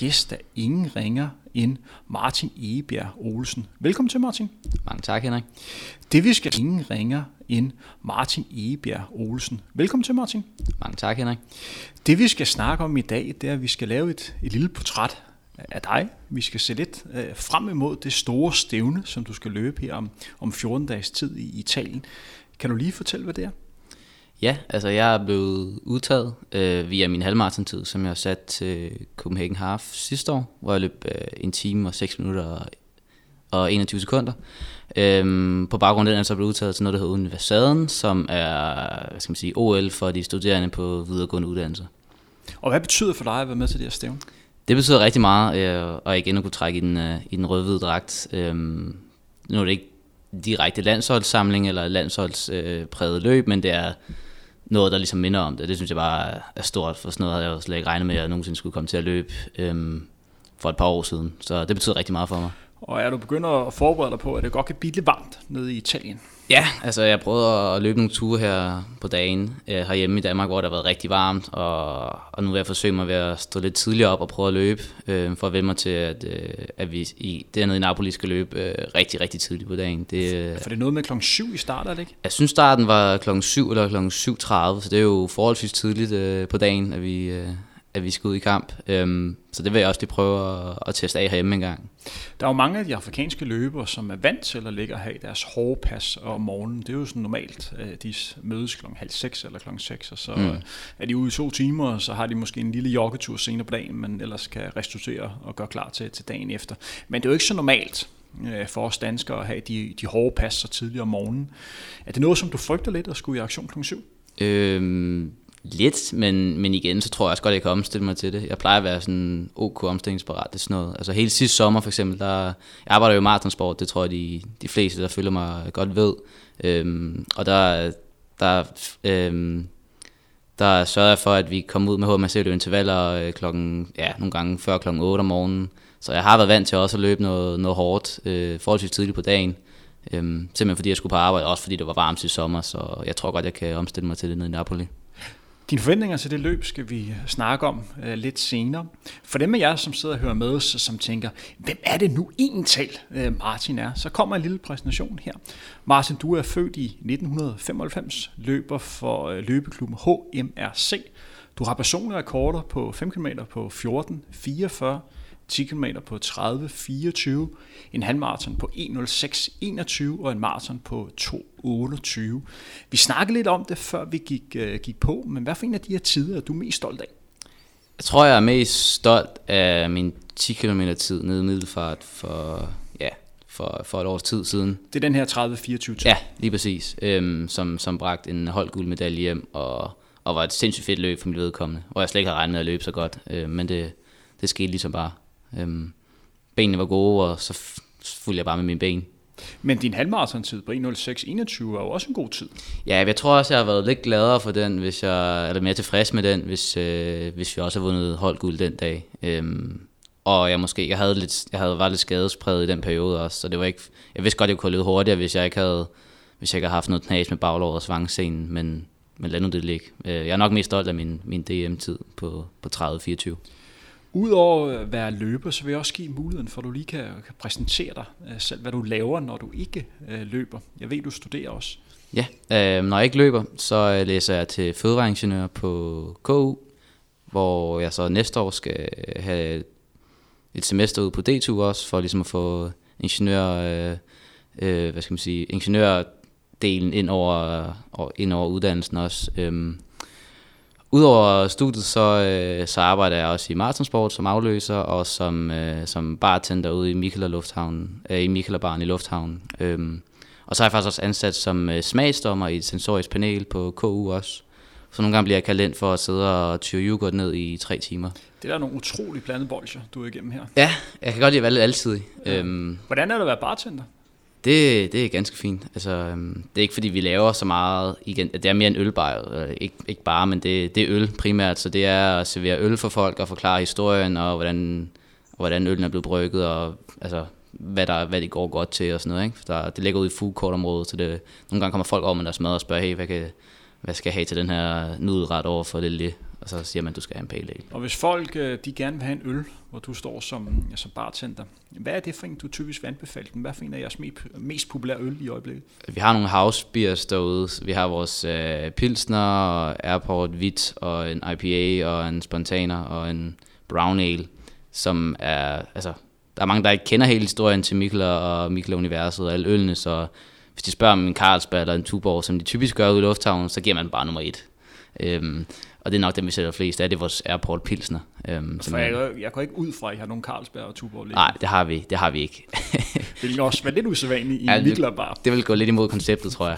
gæst er ingen ringer end Martin Egebjerg Olsen. Velkommen til, Martin. Mange tak, Henrik. Det vi skal ingen ringer end Martin Egebjerg Olsen. Velkommen til, Martin. Mange tak, Henrik. Det vi skal snakke om i dag, det er, at vi skal lave et lille portræt af dig. Vi skal se lidt frem imod det store stævne, som du skal løbe her om 14 dages tid i Italien. Kan du lige fortælle, hvad det er? Ja, altså jeg er blevet udtaget via min halvmaratontid, som jeg har sat til Copenhagen Half sidste år, hvor jeg løb 1 time og 6 minutter og 21 sekunder. På baggrund af den er jeg så blevet udtaget til noget, der hedder Universaden, som er OL for de studerende på videregående uddannelser. Og hvad betyder det for dig at være med til det her stævne? Det betyder rigtig meget, og igen at kunne trække i den rød-hvide dragt. Nu er det ikke direkte landsholdssamling eller landsholdspræget løb, men det er noget, der ligesom minder om det. Det synes jeg bare er stort, for sådan noget havde jeg jo slet ikke regnet med, at jeg nogensinde skulle komme til at løbe for et par år siden. Så det betyder rigtig meget for mig. Og er du begynder at forberede dig på, at det godt kan blive lidt varmt nede i Italien? Ja, altså jeg prøvede at løbe nogle ture her på dagen herhjemme i Danmark, hvor det har været rigtig varmt, og nu vil jeg forsøge mig ved at stå lidt tidligere op og prøve at løbe, for at vende mig til, at vi dernede i Napoli skal løbe rigtig, rigtig tidligt på dagen. For det er noget med klokken 7 i start, er det ikke? Jeg synes starten var klokken 7 eller klokken 7.30, så det er jo forholdsvis tidligt på dagen, at vi skal ud i kamp. Så det vil jeg også lige prøve at teste af herhjemme en gang. Der er jo mange af de afrikanske løbere, som er vant til at ligge og have deres hårde pas om morgenen. Det er jo sådan normalt, de mødes klokken 5:30 eller klokken 6, og så er de ude i 2 timer, og så har de måske en lille joggetur senere på dagen, men ellers kan restituere og gøre klar til dagen efter. Men det er jo ikke så normalt for os danskere at have de hårde pas så tidligt om morgenen. Er det noget, som du frygter lidt at skulle i aktion klokken 7? Lidt, men igen, så tror jeg også godt, jeg kan omstille mig til det. Jeg plejer at være sådan OK omstillingsparat, det er sådan noget. Altså hele sidste sommer for eksempel, jeg arbejder jo i maratonsport, det tror jeg de fleste, der følger mig godt ved. Og der sørger jeg for, at vi kommer ud med HMSL intervaller nogle gange før klokken 8 om morgenen. Så jeg har været vant til også at løbe noget hårdt, forholdsvis tidligt på dagen. Simpelthen fordi jeg skulle på arbejde, også fordi det var varmt i sommer, så jeg tror godt, jeg kan omstille mig til det nede i Napoli. Dine forventninger til det løb skal vi snakke om lidt senere. For dem af jer, som sidder og hører med os, som tænker, hvem er det nu egentlig, Martin er? Så kommer en lille præsentation her. Martin, du er født i 1995, løber for løbeklubben HMRC. Du har personlige rekorder på 5 km på 14, 44, 10 km på 30, 24, en halvmaraton på 1:06:21 og en maraton på 2:28. Vi snakkede lidt om det, før vi gik på, men hvad for en af de her tider er du mest stolt af? Jeg tror, jeg er mest stolt af min 10 km tid nede i Middelfart for et års tid siden. Det er den her 30-24 tid? Ja, lige præcis. Som bragte en holdguldmedalje hjem, og var et sindssygt fedt løb for mit vedkommende, hvor jeg slet ikke havde regnet med at løbe så godt, men det skete ligesom bare. Benene var gode, og så fulgte jeg bare med mine ben. Men din halvmaratontid på 1:06:21 er jo også en god tid. Ja, jeg tror også, jeg har været lidt gladere for den, eller mere tilfreds med den, hvis vi også har vundet holdguld den dag. Og jeg var lidt skadespræget i den periode også, så det var ikke. Jeg vidste godt, jeg kunne have løbet hurtigere, hvis jeg ikke havde haft noget knas med baglåret og svangscenen, men lad nu det ligge. Jeg er nok mest stolt af min DM-tid på 30-24. Udover at være løber, så vil jeg også give muligheden for, at du lige kan præsentere dig selv, hvad du laver, når du ikke løber. Jeg ved, du studerer også. Ja, når jeg ikke løber, så læser jeg til fødevareingeniør på KU, hvor jeg så næste år skal have et semester ude på DTU også, for ligesom at få ingeniørdelen ind over uddannelsen også. Udover studiet, så arbejder jeg også i maratonsport som afløser og som bartender ude i Mikkeler-baren i Lufthavnen. Og så er jeg faktisk også ansat som smagsdommer i et sensorisk panel på KU også. Så nogle gange bliver jeg kaldt ind for at sidde og tyre yoghurt ned i 3 timer. Det er der nogle utrolig blandede bolcher, du er igennem her. Ja, jeg kan godt lide at være lidt alsidig. Ja. Hvordan er det at være bartender? Det er ganske fint. Altså, det er ikke fordi vi laver så meget. Igen, det er mere en ølbar, ikke bare, men det er øl primært. Så det er at servere øl for folk og forklare historien og hvordan øllen er blevet brygget og altså hvad det går godt til og sådan noget. Ikke? Det ligger ude i food court området, så nogle gange kommer folk over med deres mad og spørger, hey, hvad skal jeg have til den her nudelret over for det? og så siger man, at du skal have en pale ale. Og hvis folk de gerne vil have en øl, hvor du står som bartender, hvad er det for en, du typisk vil anbefale dem? Hvad for en af jeres mest populære øl i øjeblikket? Vi har nogle house beers derude. Vi har vores Pilsner, og Airport Hvidt, og en IPA, og en Spontaner, og en Brown Ale, som er, altså, der er mange, der ikke kender hele historien til Mikkeler og Mikkeler-universet og alle ølene, så hvis de spørger om en Carlsberg eller en Tuborg, som de typisk gør ude i lufthavnen, så giver man bare nummer 1. Og det er nok dem, vi sælger flest af, det er vores Airport Pilsner. For jeg går ikke ud fra, at I har nogle Carlsberg og Tuborg. Nej, det har vi ikke. Det vil også være lidt usædvanligt i en Mikkeler-bar. Det vil gå lidt imod konceptet, tror jeg.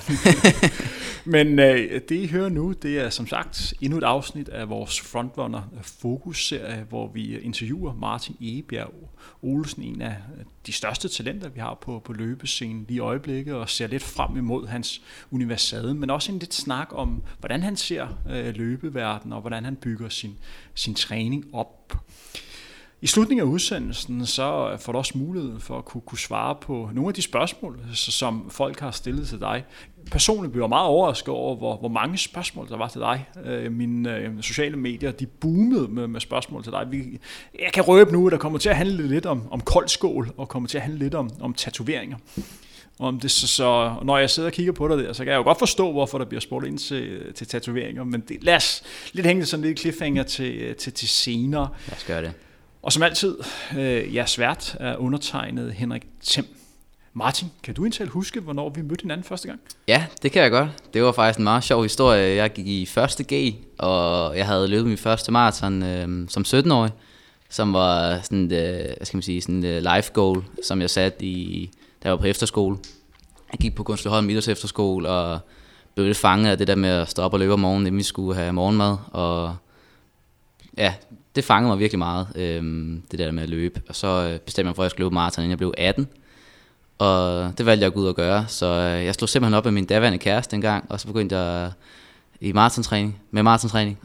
Men det I hører nu, det er som sagt endnu et afsnit af vores Frontrunner Fokus-serie, hvor vi interviewer Martin Egebjerg Olesen, en af de største talenter, vi har på løbescenen lige i øjeblikket, og ser lidt frem imod hans universade, men også en lidt snak om, hvordan han ser løbeverdenen, og hvordan han bygger sin træning op. I slutningen af udsendelsen, så får du også mulighed for at kunne svare på nogle af de spørgsmål, som folk har stillet til dig. Personligt bliver jeg meget overrasket over, hvor mange spørgsmål der var til dig. Mine sociale medier, de boomede med spørgsmål til dig. Jeg kan røbe nu, at der kommer til at handle lidt om koldskål, og kommer til at handle lidt om tatoveringer. Om det, så når jeg sidder og kigger på dig der, så kan jeg jo godt forstå, hvorfor der bliver spurgt ind til tatoveringer, men lad os lidt hænge sådan lidt cliffhanger til senere. Lad os gøre det. Og som altid, jeres vært er undertegnet Henrik Thiem. Martin, kan du egentlig huske, hvornår vi mødte hinanden første gang? Ja, det kan jeg godt. Det var faktisk en meget sjov historie. Jeg gik i 1. G, og jeg havde løbet min første maraton som 17-årig, som var sådan et life goal, som jeg satte da jeg var på efterskole. Jeg gik på Gundsleholm Idræts Efterskole, og blev lidt fanget af det der med at stå op og løbe om morgenen, inden vi skulle have morgenmad, og ja, det fangede mig virkelig meget, det der med at løbe. Og så bestemte jeg for, at jeg skulle løbe maraton, inden jeg blev 18. Og det valgte jeg at gå ud og gøre. Så jeg slog simpelthen op med min daværende kæreste en gang, og så begyndte jeg med maratontræning.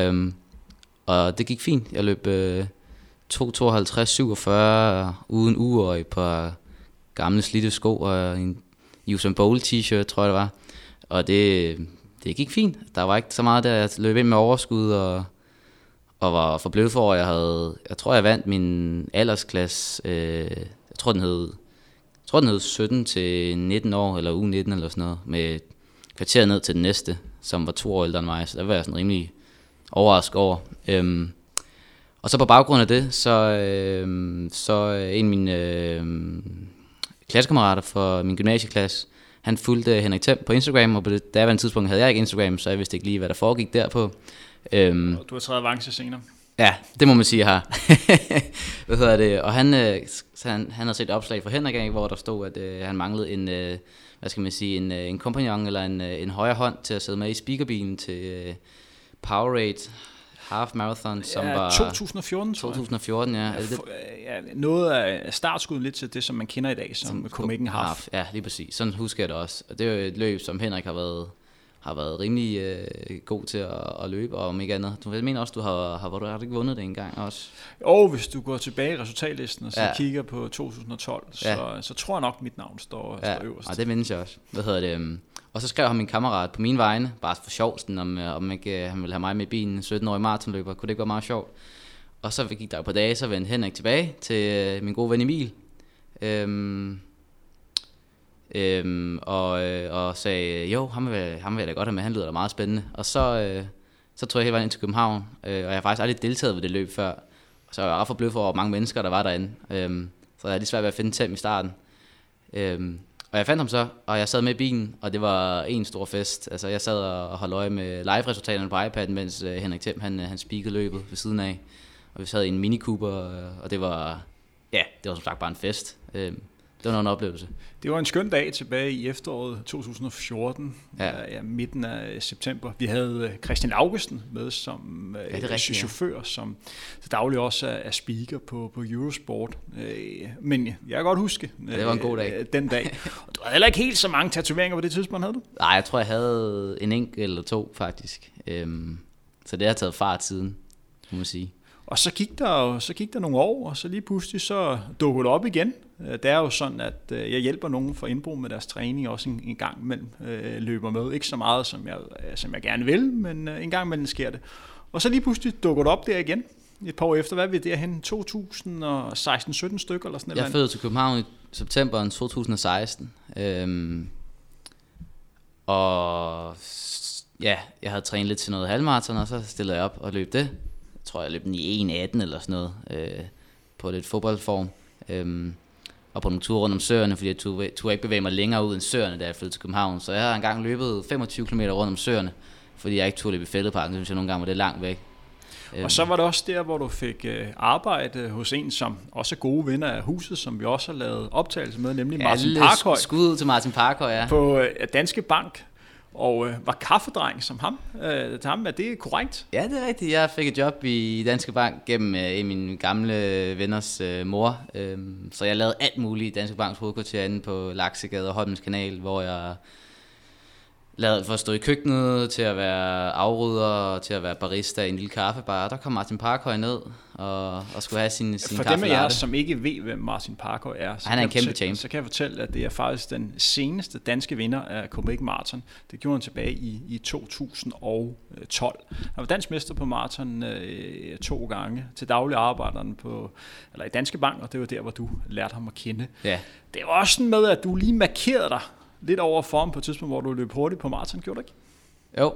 Og det gik fint. Jeg løb 2:52,47 uden ugeøj på gamle slidte sko og en Usain Bolt t-shirt, tror jeg det var. Og det gik fint. Der var ikke så meget der. Jeg løb ind med overskud og var forblevet for, at jeg tror, jeg vandt min aldersklasse. Jeg tror, den hed 17 til 19 år, eller uge 19 eller sådan noget, med kvarteret ned til den næste, som var 2 år ældre end mig, så der var jeg sådan rimelig overrasket over. Og så på baggrund af det, så en af mine klassekammerater fra min gymnasieklasse, han fulgte Henrik Thiem på Instagram, og på det daværende tidspunkt havde jeg ikke Instagram, så jeg vidste ikke lige, hvad der foregik derpå. Du har taget avance senere. Ja, det må man sige her. Hvad hedder det? Og han havde set et opslag fra Henrik, hvor der stod, at han manglede en kompagnon eller en højre hånd til at sidde med i speakerbilen til Powerade Half Marathon, som var 2014, 2014, ja. Noget af startskuddet lidt til det, som man kender i dag som Copenhagen Half. Ja, lige præcis. Sådan husker jeg det også. Og det er jo et løb, som Henrik har været rimelig god til at løbe, og om ikke andet. Du mener også, du har ikke vundet det engang også? Og hvis du går tilbage i resultatlisten og så kigger på 2012, så tror jeg nok, mit navn står øverst. Ja, det mindes jeg også. Hvad hedder det? Og så skrev han min kammerat på mine vegne, bare for sjov, om ikke han ville have mig med i bilen, 17-årig maratonløber. Kunne det ikke være meget sjovt? Og så gik der på dage, så vendte Henrik tilbage til min gode ven Emil. Og sagde, jo, ham vil jeg da godt have med, han lyder da meget spændende. Og så tog jeg hele vejen ind til København, og jeg har faktisk aldrig deltaget ved det løb før. Så jeg var ret forblevet for, hvor mange mennesker der var derinde. Så jeg havde lige svært ved at finde Thiem i starten. Og jeg fandt ham så, og jeg sad med i bilen, og det var en stor fest. Altså jeg sad og holdt øje med live-resultaterne på iPad'en, mens Henrik Thiem han speakede løbet ved siden af. Og vi sad i en Mini Cooper, og det var som sagt bare en fest. Det var en oplevelse. Det var en skøn dag tilbage i efteråret 2014, midten af september. Vi havde Christian Augusten med som chauffør, som til daglig også er speaker på Eurosport. Men jeg kan godt huske det var en god dag. Den dag. Og du havde heller ikke helt så mange tatoveringer på det tidspunkt, havde du? Nej, jeg tror, jeg havde en enkelt eller 2 faktisk. Så det har taget fart siden, må man sige. Og så gik der nogle år, og så lige pludselig så dukkede det op igen. Det er jo sådan, at jeg hjælper nogen for indbrug med deres træning, også en gang imellem løber med. Ikke så meget, som jeg gerne vil, men en gang imellem sker det. Og så lige pludselig dukker du op der igen, et par år efter. Hvad er vi derhen? 2016-17 stykker eller sådan noget? Jeg flyttede til København i september 2016. Og ja, jeg havde trænet lidt til noget halvmaraton, og så stillede jeg op og løb det. Jeg tror, jeg løb den i 1.18 eller sådan noget, på lidt fodboldform. Og på nogle ture rundt om Søerne, fordi jeg turde ikke bevæge mig længere ud end Søerne, da jeg flyttede til København. Så jeg havde engang løbet 25 km rundt om Søerne, fordi jeg ikke turde løbe i Fælledparken, så synes jeg nogle gange var det langt væk. Og så var det også der, hvor du fik arbejde hos en, som også er gode venner af huset, som vi også har lavet optagelse med, nemlig Martin Parkhøj. Skud til Martin Parkhøj, ja. På Danske Bank, og var kaffedreng som ham. Er det korrekt? Ja, det er rigtigt. Jeg fik et job i Danske Bank gennem en af mine gamle venners mor. Så jeg lavede alt muligt i Danske Banks hovedkvarter inde på Laksegade og Holmens Kanal, hvor jeg lavede for at stå i køkkenet, til at være afrydder, til at være barista i en lille kaffebar. Der kom Martin Parkhøj ned og skulle have sin kaffelatte. For dem af jer, som ikke ved, hvem Martin Parkhøj er, han er en kæmpe champ. Så kan jeg fortælle, at det er faktisk den seneste danske vinder af Copenhagen Marathon. Det gjorde han tilbage i 2012. Han var dansk mester på maraton 2 gange til daglig arbejderen i Danske Bank, og det var der, hvor du lærte ham at kende. Ja. Det var også sådan med, at du lige markerede dig lidt over form på et tidspunkt, hvor du løb hurtigt på maraton, gjorde du ikke? Jo,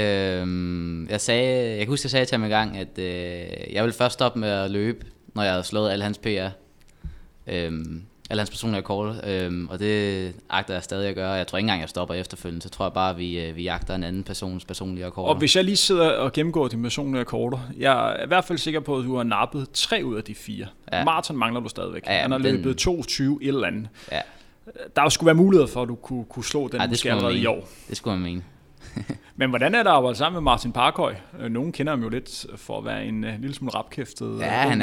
jeg kan huske, jeg sagde til ham en gang, at jeg ville først stoppe med at løbe, når jeg havde slået alle hans PR, alle hans personlige rekorder, og det agter jeg stadig at gøre. Jeg tror ikke engang, jeg stopper efterfølgende, så tror jeg bare, at vi jagter en anden persons personlige rekorder. Og hvis jeg lige sidder og gennemgår dine personlige rekorder, jeg er i hvert fald sikker på, at du har nappet 3 ud af de 4. Ja. Maraton mangler du stadigvæk. Ja, han har løbet 22 et eller andet. Ja. Der skulle være mulighed for, at du kunne slå den måske allerede i år. Det skulle man mene. Men hvordan er det at arbejde sammen med Martin Parkhøj? Nogen kender ham jo lidt for at være en lille smule rapkæftet. Ja, han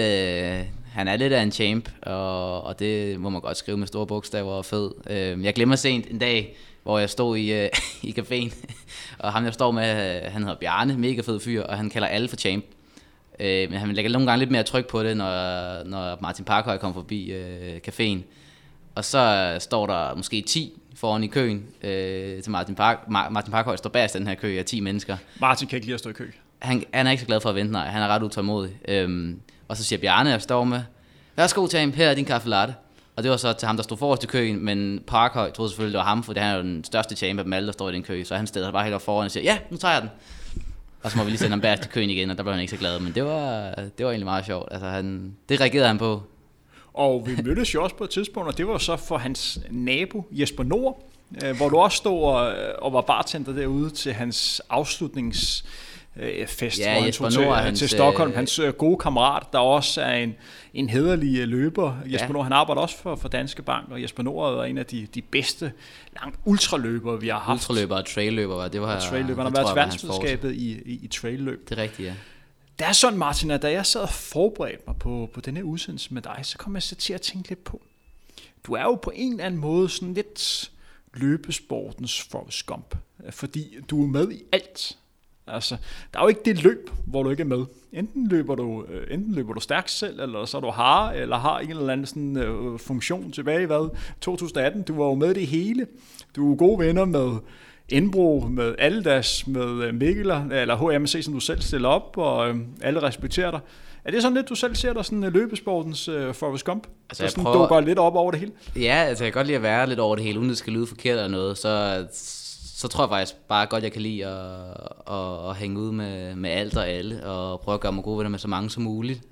er lidt af en champ, og det må man godt skrive med store bogstaver og fed. Jeg glemmer sent en dag, hvor jeg stod i caféen, og ham jeg står med, han hedder Bjarne, mega fed fyr, og han kalder alle for champ. Men han lægger nogle gange lidt mere tryk på det, når Martin Parkhøj kommer forbi caféen. Og så står der måske 10 foran i køen til Martin Parkhøj står bagerst den her kø af 10 mennesker. Martin kan ikke lide at stå i kø. Han er ikke så glad for at vente, nej. Han er ret utålmodig. Og så siger Bjarne, jeg står med, værsgo Tam, her er din kaffe latte. Og det var så til ham, der stod forrest i køen, men Parkhøj troede selvfølgelig, det var ham, for han er jo den største champ af dem alle, der står i den kø. Så han stiller bare helt op foran og siger, ja, nu tager jeg den. Og så må vi lige sende ham bagerst i køen igen, og der blev han ikke så glad. Men det var egentlig meget sjovt. Altså, det reagerede han på. Og vi mødtes jo også på et tidspunkt, og det var så for hans nabo Jesper Nord, hvor du også stod og var bartender derude til hans afslutningsfest, ja, hvor han tog til Stockholm. Hans gode kammerat, der også er en hæderlig løber. Jesper Nord, han arbejder også for Danske Bank, og Jesper Nord er en af de bedste ultraløbere, vi har haft. Ultraløber og trailløber, det var trailløber. Han har været til verdensmesterskabet i trailløb. Det er rigtigt, ja. Det er sådan, Martin, at da jeg sad og forberedte mig på denne udsendelse med dig, så kom jeg så til at tænke lidt på. Du er jo på en eller anden måde sådan lidt løbesportens Forrest Gump, fordi du er med i alt. Altså, der er jo ikke det løb, hvor du ikke er med. Enten løber du stærkt selv, eller så er du eller har en eller anden sådan, funktion tilbage i 2018. Du var jo med i det hele. Du er gode venner med Indbro, med Aldas, med Mikkeler, eller HMC, som du selv stiller op, og alle respekterer dig. Er det sådan lidt, du selv ser dig sådan løbesportens Forrest Gump? Altså, så sådan dukker lidt op over det hele? Ja, altså jeg kan godt lide at være lidt over det hele, uden det skal lyde forkert eller noget, så tror jeg faktisk bare godt, jeg kan lide at hænge ud med alt og alle, og prøve at gøre mig gode venner med så mange som muligt.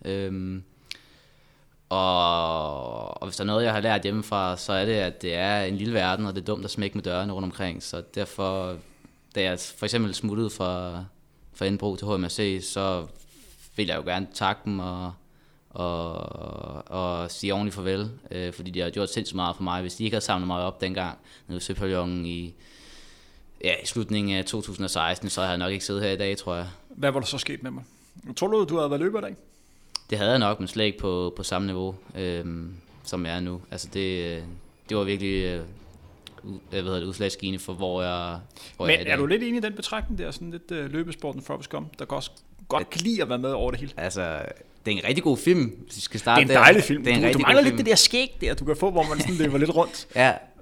Og hvis der er noget, jeg har lært hjemmefra, så er det, at det er en lille verden, og det er dumt at smække med dørene rundt omkring. Så derfor, da jeg for eksempel smuttede fra Indbro til HMRC, så vil jeg jo gerne takke dem og sige ordentligt farvel, fordi de har gjort sindssygt meget for mig. Hvis de ikke havde samlet mig op dengang, nede i Søpavillonen i slutningen af 2016, så havde jeg nok ikke siddet her i dag, tror jeg. Hvad var der så sket med mig? Tror du havde været løber i dag? Det havde jeg nok, men slet ikke på samme niveau, som jeg er nu. Altså det var virkelig udslagsgivende for, hvor jeg men er du lidt enig i den betragtning der, sådan lidt løbesporten Forrest Gump, der godt kan lide at være med over det hele? Altså, det er en rigtig god film, hvis vi skal starte. Det er en dejlig film. Du mangler lidt det der skæg der, du kan få, hvor man sådan løber lidt rundt. Ja.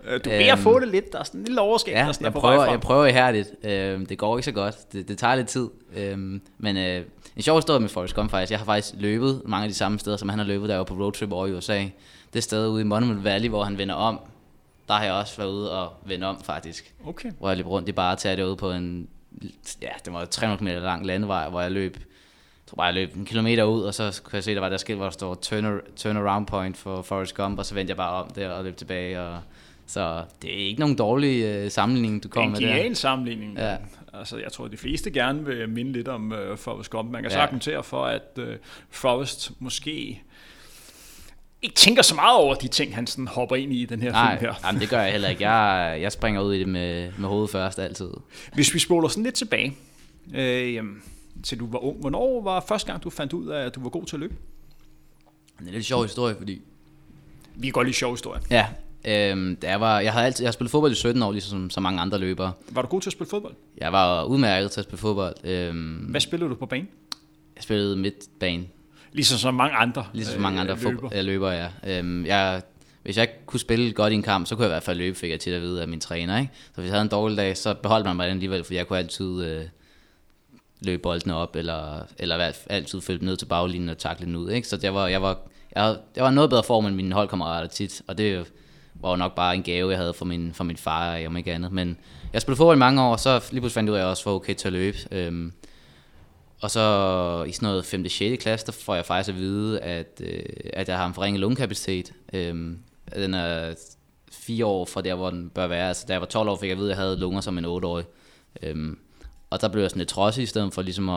Du er ved at få det lidt, der er sådan en lille overskab, ja, der sådan er på vej frem. Jeg prøver ihærdigt. Det går ikke så godt. Det tager lidt tid. Men en sjov historie med Forrest Gump faktisk. Jeg har faktisk løbet mange af de samme steder, som han har løbet, der var på roadtrip over i USA. Det sted ude i Monument Valley, hvor han vender om. Der har jeg også været ude og vende om faktisk. Okay. Hvor jeg løb rundt i bare tager derude på en, det var 300 meter lang landevej, hvor jeg løb, jeg løb en kilometer ud, og så kunne jeg se, der var der skilt, hvor der står turn around point for Forrest Gump, og så vendte jeg bare om der og løb tilbage. Så det er ikke nogen dårlig sammenligning, du kommer med der. Det er en sammenligning. Ja. Altså, jeg tror, at de fleste gerne vil minde lidt om Forrest Gump. Man kan så argumentere for, at Forrest måske ikke tænker så meget over de ting, han sådan hopper ind i den her film her. Nej, det gør jeg heller ikke. Jeg springer ud i det med hovedet først altid. Hvis vi spoler sådan lidt tilbage, til du var ung. Hvornår var første gang, du fandt ud af, at du var god til at løbe? Det er en lidt sjov historie, fordi... Vi kan godt lide sjov historie. Ja, jeg har spillet fodbold i 17 år, ligesom så mange andre løbere. Var du god til at spille fodbold? Jeg var udmærket til at spille fodbold. Hvad spillede du på banen? Jeg spillede midtbane. Ligesom så mange andre løbere, ja. Hvis jeg ikke kunne spille godt i en kamp, så kunne jeg i hvert fald løbe, fik jeg tit at vide af min træner. Ikke? Så hvis jeg havde en dårlig dag, så beholdt man mig alligevel, for jeg kunne altid løbe boldene op, eller altid følge ned til baglinjen og takle den ud. Ikke? Så jeg var noget bedre form end mine holdkammerater tit, og det var jo nok bare en gave, jeg havde fra min far, om ikke andet. Men jeg spillede fodbold i mange år, og så lige pludselig fandt jeg ud af, at jeg også var okay til at løbe. Og så i sådan noget 5. og 6. klasse, der får jeg faktisk at vide, at jeg har en forringet lungekapacitet. Den er 4 år fra der, hvor den bør være. Altså, da jeg var 12 år, fik jeg at vide, at jeg havde lunger som en 8-årig. Og der blev jeg sådan lidt trodsig, i stedet for ligesom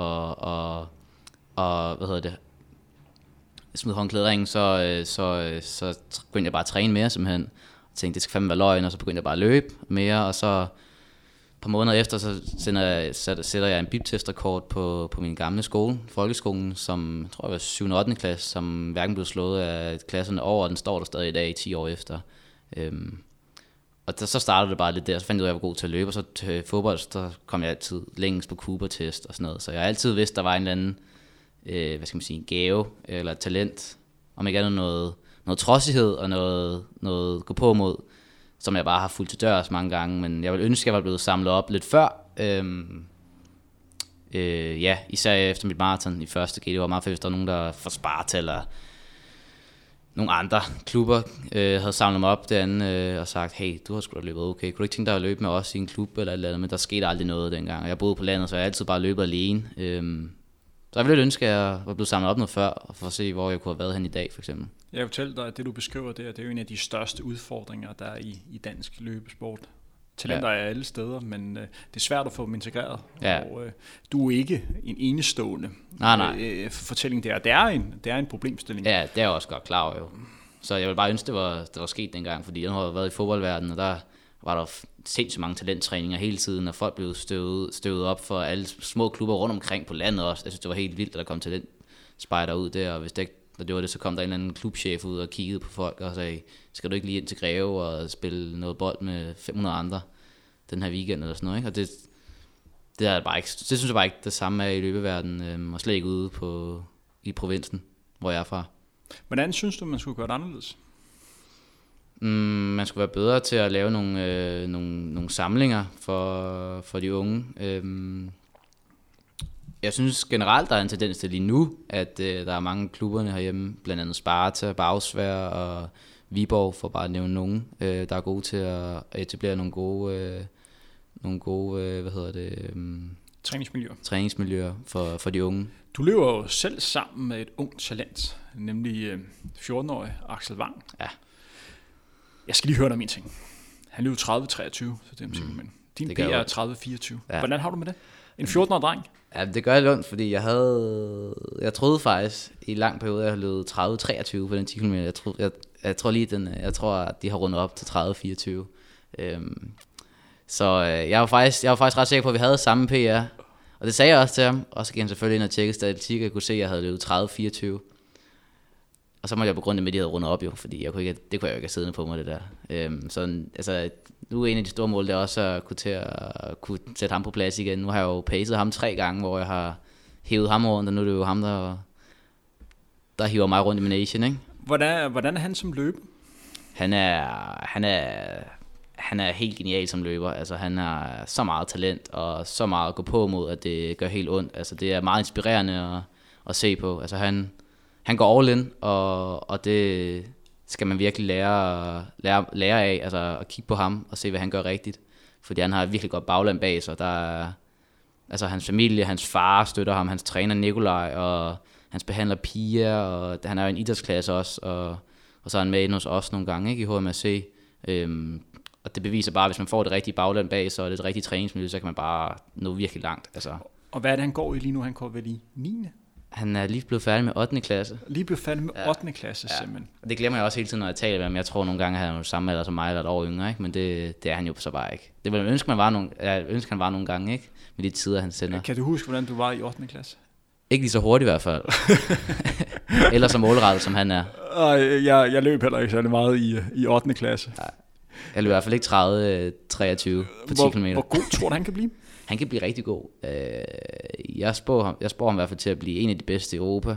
at smide håndklæderingen, så begyndte jeg bare at træne mere simpelthen. Jeg tænkte, det skal fandme være løgn, og så begyndte jeg bare at løbe mere, og så et par måneder efter, så sætter jeg en biptestrekord på min gamle skole, folkeskolen, som jeg tror jeg var 7. og 8. klasse, som hverken blev slået af klasserne over, og den står der stadig i dag 10 år efter. Og så startede det bare lidt der, så fandt jeg ud af, at jeg var god til at løbe, og så til fodbold, så kom jeg altid længst på Cooper-test og sådan noget, så jeg har altid vidst, der var en eller anden, en gave eller et talent, om ikke andet noget trodsighed og noget gå på mod, som jeg bare har fulgt til dørs mange gange, men jeg ville ønske, at jeg var blevet samlet op lidt før. Især efter mit maraton i første G. Det var meget fedt, hvis der var nogen, der fra Sparta eller nogle andre klubber havde samlet mig op derinde og sagt, hey, du har sgu da løbet okay. Kunne du ikke tænke dig at løbe med os i en klub eller et eller andet? Men der skete aldrig noget dengang. Jeg boede på landet, så jeg altid bare løbet alene. Så jeg ville ønske, at jeg var blevet samlet op noget før, for at se, hvor jeg kunne have været hen i dag, for eksempel. Jeg vil fortælle dig, at det du beskriver der, det er jo en af de største udfordringer, der er i dansk løbesport. Talenter er alle steder, men det er svært at få dem integreret. Ja. Og du er ikke en enestående fortælling der. Det er en problemstilling. Ja, det er jeg også godt klar over jo. Så jeg vil bare ønske, det var sket dengang, fordi jeg har været i fodboldverdenen, og der var der sindssygt mange talenttræninger hele tiden, og folk blev støvet op for alle små klubber rundt omkring på landet også. Jeg synes, det var helt vildt, at der kom talentspejder ud der, og hvis det ikke, når det var det, så kom der en eller anden klubchef ud og kiggede på folk og sagde, skal du ikke lige ind til Greve og spille noget bold med 500 andre den her weekend eller sådan noget, ikke? Og det er bare ikke, det synes jeg bare ikke det samme er i løbeverdenen, og slet ikke ude i provinsen, hvor jeg er fra. Hvordan synes du, man skulle gøre det anderledes? Man skulle være bedre til at lave nogle samlinger for de unge. Jeg synes generelt, der er en tendens til lige nu, at der er mange klubberne herhjemme, blandt andet Sparta, Bagsvær og Viborg, for bare at nævne nogen, der er gode til at etablere nogle gode træningsmiljøer for de unge. Du løber jo selv sammen med et ungt talent, nemlig 14-årig Axel Wang. Ja. Jeg skal lige høre dig om en ting. Han løb 30-23, så det er simpelthen. Din B er 30-24. Ja. Hvordan har du med det? En 14-årig dreng? Ja, det gør jeg lundt, fordi jeg troede faktisk i en lang periode, at jeg havde løbet 30-23 på den 10 km. Jeg tror, at de har rundet op til 30-24. Så jeg var faktisk ret sikker på, at vi havde samme PR. Og det sagde jeg også til ham. Og så gik han selvfølgelig ind og tjekkede statistik, og jeg kunne se, at jeg havde løbet 30-24. Og så måtte jeg begrunde med, at de havde rundet op jo, fordi det kunne jeg jo ikke have siddende på mig, det der. Nu er en af de store mål, det er også at kunne sætte ham på plads igen. Nu har jeg jo pacet ham 3 gange, hvor jeg har hævet ham rundt, og nu er det jo ham, der hiver mig rundt i min nation, ikke? Hvordan er han som løber? Han er helt genial som løber. Altså, han har så meget talent og så meget at gå på mod, at det gør helt ondt. Altså, det er meget inspirerende at se på. Altså, han går all in, og det skal man virkelig lære af. Altså, at kigge på ham og se, hvad han gør rigtigt. Fordi han har virkelig godt bagland bag sig. Altså, hans familie, hans far støtter ham, hans træner Nikolaj, og hans behandler Pia, og han er jo en idrætsklasse også, og så er han med ind hos os nogle gange, ikke, i HMRC. Og det beviser bare, at hvis man får det rigtige bagland bag sig, og det rigtige træningsmiljø, så kan man bare nå virkelig langt. Altså. Og hvad er det, han går i lige nu? Han går vel i 9. Han er lige blevet færdig med 8. klasse. Lige blevet færdig med 8. klasse, simpelthen. Og det glemmer jeg også hele tiden, når jeg taler med ham. Jeg tror nogle gange, at han er jo samme alder som mig, eller et år yngre, ikke? Men det er han jo så bare ikke. Det ville jeg ønske, han var nogle gange, ikke? Med de tider, han sender. Kan du huske, hvordan du var i 8. klasse? Ikke lige så hurtigt i hvert fald. Eller så målrettet, som han er. Jeg løb heller ikke særlig meget i 8. klasse. Nej. Jeg løb i hvert fald ikke 30-23 på 10 km. Hvor god tror du, han kan blive? Han kan blive rigtig god. Jeg spår ham i hvert fald til at blive en af de bedste i Europa.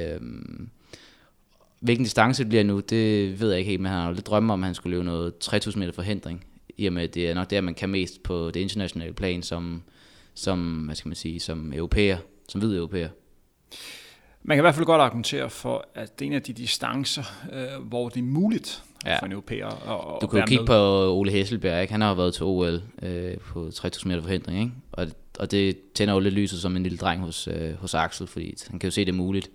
Hvilken distance det bliver nu, det ved jeg ikke helt, men han har jo lidt drømme om, at han skulle løbe noget 3000 meter forhindring. I og med, det er nok der, man kan mest på det internationale plan som hvad skal man sige, som europæer, som hvid europæer. Man kan i hvert fald godt argumentere for, at det er en af de distancer, hvor det er muligt for en europæer at du kan jo kigge med. På Ole Hesselberg, ikke? Han har jo været til OL på 3000 meter forhindring, ikke? Og det tænder jo lidt lyset som en lille dreng hos Axel, fordi han kan jo se, det er muligt.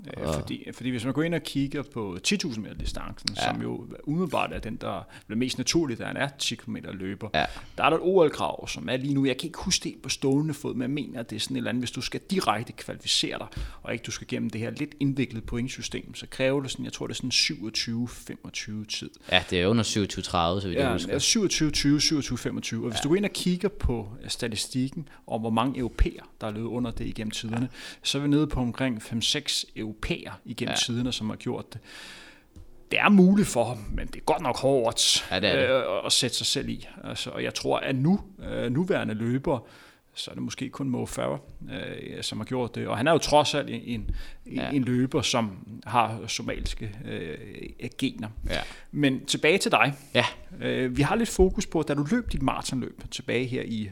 Fordi hvis man går ind og kigger på 10.000 meter distancen, som jo umiddelbart er den, der bliver mest naturligt, da han er 10 km løber, der er der et OL-krav, som er lige nu, jeg kan ikke huske det på stående fod, men jeg mener, at det er sådan et eller andet, hvis du skal direkte kvalificere dig, og ikke du skal gennem det her lidt indviklede pointsystem, så kræver det sådan, jeg tror det er sådan 27-25 tid. Ja, det er under 27-30, så vidt jeg husker. 27-20, 27-25, og hvis du går ind og kigger på statistikken om, hvor mange europæer, der er løbet under det igennem tiderne, så er vi nede på omkring 5-6 europæer igennem tiderne, som har gjort det. Det er muligt for ham, men det er godt nok hårdt at sætte sig selv i. Altså, og jeg tror, at nuværende løber, så er det måske kun Mo Farah, som har gjort det. Og han er jo trods alt en løber, som har somaliske gener. Ja. Men tilbage til dig. Ja. Vi har lidt fokus på, da du løb dit maratonløb tilbage her i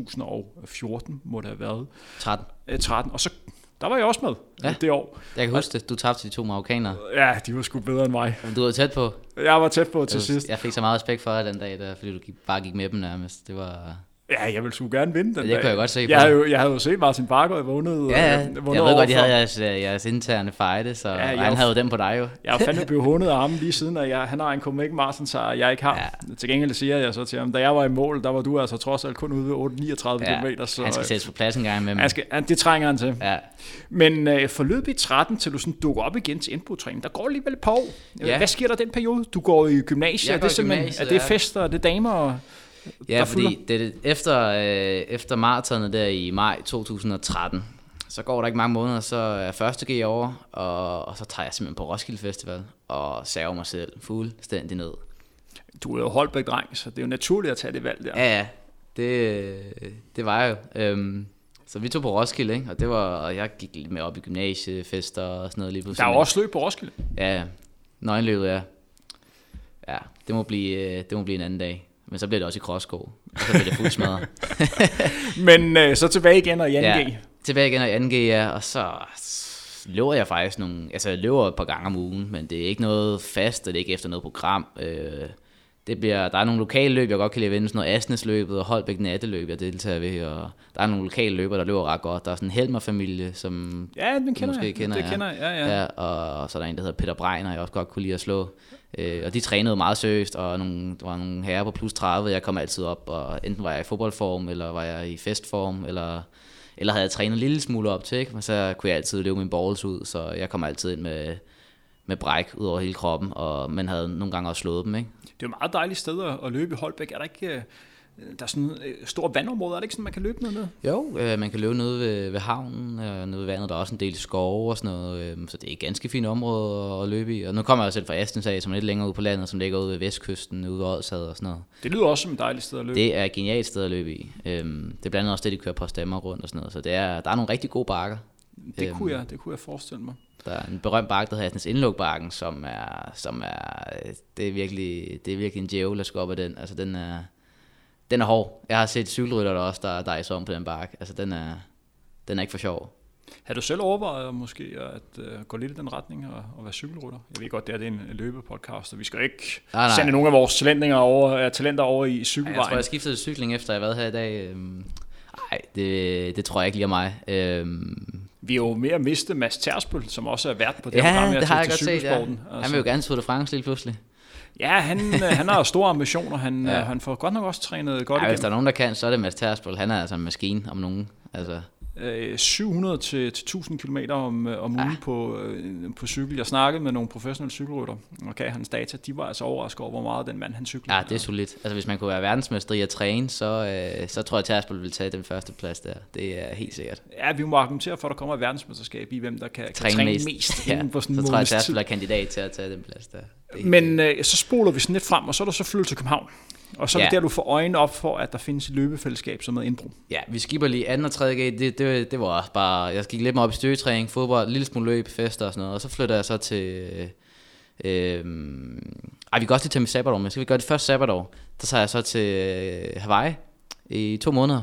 2014, må det have været. 13. Og så der var jeg også med det år. Jeg kan huske det. Du tabte de 2 marokkanere. Ja, de var sgu bedre end mig. Du var tæt på. Jeg var tæt på til sidst. Jeg fik så meget respekt for dig den dag, fordi du bare gik med dem nærmest. Det var... Ja, jeg ville sgu gerne vinde den dag. Det kunne jeg godt se på. Jeg havde jo set Martin Bakker vundet. Ja. Jeg ved godt, de havde jeres interne fejde, så han havde jo dem på dig jo. Jeg er fandme blevet hundet af ham lige siden, at han har en Copenhagen Marathon, så jeg ikke har. Ja. Til gengæld siger jeg så til ham, da jeg var i mål, der var du altså trods alt kun ude ved 39 km. Så han skal sættes på plads en gang med dem. Det trænger han til. Ja. Men forløb i 13, til du sådan dukker op igen til indbrudtræning, der går alligevel et par år. Ja. Hvad sker der den periode? Du går i gymnasiet, er det fester, er det damer? Ja, fordi efter maratonet der i maj 2013, så går der ikke mange måneder, så er første G over, og så tager jeg simpelthen på Roskilde Festival og saver mig selv fuldstændig ned. Du er jo Holbæk-dreng, så det er jo naturligt at tage det valg der. Ja, det var jeg jo. Så vi tog på Roskilde, ikke? Og jeg gik lidt med op i gymnasiefester og sådan noget lige pludselig. Der er jo også løb på Roskilde. Ja, nøgenløbet, ja. Ja, det må blive en anden dag. Men så bliver det også i crossko, og så bliver det fuldt smadret. Men så tilbage igen og i 2G? Ja, tilbage igen og i 2G, ja. Og så løber jeg faktisk jeg løber et par gange om ugen, men det er ikke noget fast, og det er ikke efter noget program. Der er nogle lokale løb, jeg godt kan lide at vinde, sådan noget Asnesløbet og Holbæk Natteløb, jeg deltager ved, og der er nogle lokale løber, der løber ret godt. Der er sådan en Helmer-familie, som den kender måske kender. Det kender jeg, ja. Og så er der en, der hedder Peter Breiner, jeg også godt kunne lide at slå. Og de trænede meget seriøst, og der var nogle herrer på plus 30, jeg kom altid op, og enten var jeg i fodboldform, eller var jeg i festform, eller havde jeg trænet en lille smule op til, ikke? Men så kunne jeg altid løbe min balls ud, så jeg kom altid ind med bræk ud over hele kroppen, og man havde nogle gange også slået dem, ikke? Det er jo et meget dejligt sted at løbe i Holbæk. Er der ikke... Der er sådan et stort vandområde, er det ikke sådan, man kan løbe noget med? Jo, man kan løbe nede ved havnen, nede ved vandet, der er også en del skove og sådan noget, så det er et ganske fint område at løbe i. Og nu kommer jeg selv fra Astensag, som er lidt længere ude på landet, som ligger ude ved vestkysten, ude ved Odsad og sådan noget. Det lyder også som et dejligt sted at løbe. Det er et genialt sted at løbe i. Det er blandt andet også det, de kører på stemmer rundt og sådan noget, så der er nogle rigtig gode bakker. Det kunne jeg forestille mig. Der er en berømt bakke, der hedder Hasnes Indlukbakken, som er det er virkelig en djævel at skulle op ad den. Altså den er hård. Jeg har set cykelrytter der også, der er i på den bakke. Altså den er ikke for sjov. Har du selv overvejet måske at gå lidt i den retning og være cykelrytter? Jeg ved godt, det er en løbepodcast, og vi skal ikke sende nogle af vores talenter over i cykelvejen. Jeg tror, jeg skiftede cykling efter jeg har været her i dag. Nej, det tror jeg ikke lige er mig. Vi er jo mere at miste Mads Tersbøl, som også er vært på det program her til cykelsporten. Ja. Han vil jo gerne Tour de France lige pludselig. Ja, han har store ambitioner. Han får godt nok også trænet godt igennem. Hvis der er nogen, der kan, så er det Mads Tersbøl. Han er altså en maskine om nogen. Altså 700 til 1000 km om ugen på cykel. Jeg snakkede med nogle professionelle cykelrytter, og gav hans data. De var altså overrasket over, hvor meget den mand han cyklede. Ja, det er solidt. Altså hvis man kunne være verdensmester i at træne, så tror jeg, at Tersbøl vil tage den første plads der. Det er helt sikkert. Ja, vi må argumentere for, at der kommer et verdensmesterskab i, hvem der kan træne mest inden for sådan en så tror jeg, at Tersbøl er kandidat til at tage den plads der. Men så spoler vi sådan lidt frem, og så er der så flyttet til København. Og så er det der, du får øjnene op for, at der findes et løbefællesskab som noget indbrug. Ja, vi skipper lige 2. og 3. G. Det var også bare... Jeg gik lidt mere op i styrketræning, fodbold, lille smule løb, fester og sådan noget. Og så flytter jeg så til... vi kan også lige tage mit sabbatår, men skal vi gøre det første sabbatår? Der tager jeg så til Hawaii i 2 måneder.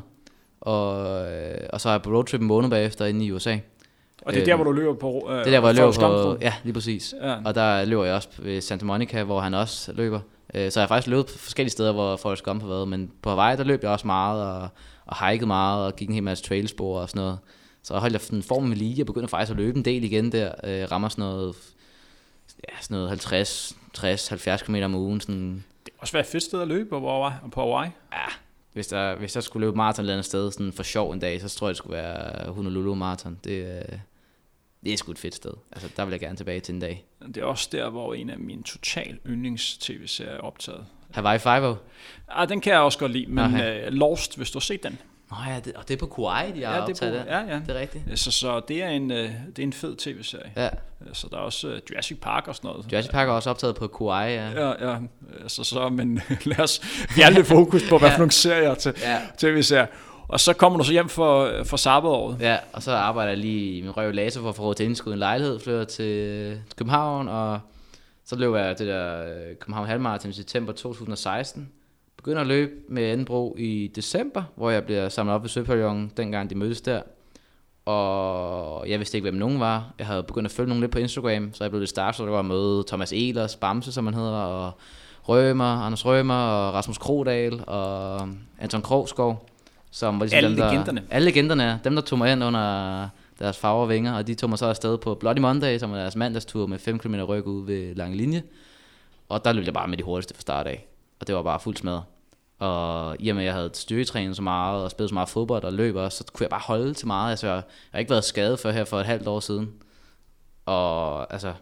Og så er jeg på roadtrip en måned bagefter inde i USA. Og det er der, hvor du løber på... det er der, hvor jeg løber på... Ja, lige præcis. Ja. Og der løber jeg også ved Santa Monica, hvor han også løber. Så jeg har faktisk løbet på forskellige steder, hvor Forrest Gump har været. Men på Hawaii, der løb jeg også meget, og hikede meget, og gik en hel masse trailspor og sådan noget. Så holdt jeg den form med lige, og begyndte faktisk at løbe en del igen der. Rammer sådan noget 50, 60, 70 km om ugen. Sådan. Det er også været et fedt sted at løbe på Hawaii. Ja, hvis jeg skulle løbe maraton et eller andet sted sådan for sjov en dag, så tror jeg, det skulle være Honolulu Marathon. Det er sgu et fedt sted. Altså, der vil jeg gerne tilbage til en dag. Det er også der, hvor en af mine total yndlings-tv-serier er optaget. Hawaii Five-0? Ja, den kan jeg også godt lide, men Lost, hvis du har set den. Nå ja, og det er på Kauai, de har optaget den. Ja, det er rigtigt. Så det er en fed tv-serie. Ja. Så der er også Jurassic Park og sådan noget. Jurassic Park er også optaget på Kauai, ja. Ja. Men lad os fjerne lidt fokus på, hvad for nogle serier til tv-serier. Og så kommer du så hjem for sabbatåret. Ja, og så arbejder jeg lige i min røv laser for at få råd til indskud en lejlighed, flytter til København, og så løber jeg det der København Halvmarathon i september 2016. Begynder at løbe med Enbro i december, hvor jeg bliver samlet op ved Søpavillonen, dengang de mødtes der. Og jeg vidste ikke, hvem nogen var. Jeg havde begyndt at følge nogen lidt på Instagram, så jeg blev lidt startet, der var at møde Thomas Ehlers, Bamse, som han hedder, og Anders Rømer, og Rasmus Krodal, og Anton Krogsgaard. Som var ligesom legenderne. Alle legenderne er. Dem, der tog mig ind under deres farver og vinger, og de tog mig så afsted på Bloody Monday, som var deres mandagstur med 5 km ryg ud ved lange linje. Og der løb jeg bare med de hurtigste fra start af. Og det var bare fuldt smadret. Og i og med, at jeg havde styrketrænet så meget, og spillet så meget fodbold og løb også, så kunne jeg bare holde til meget. Altså, jeg har ikke været skadet før her for et halvt år siden. Og altså,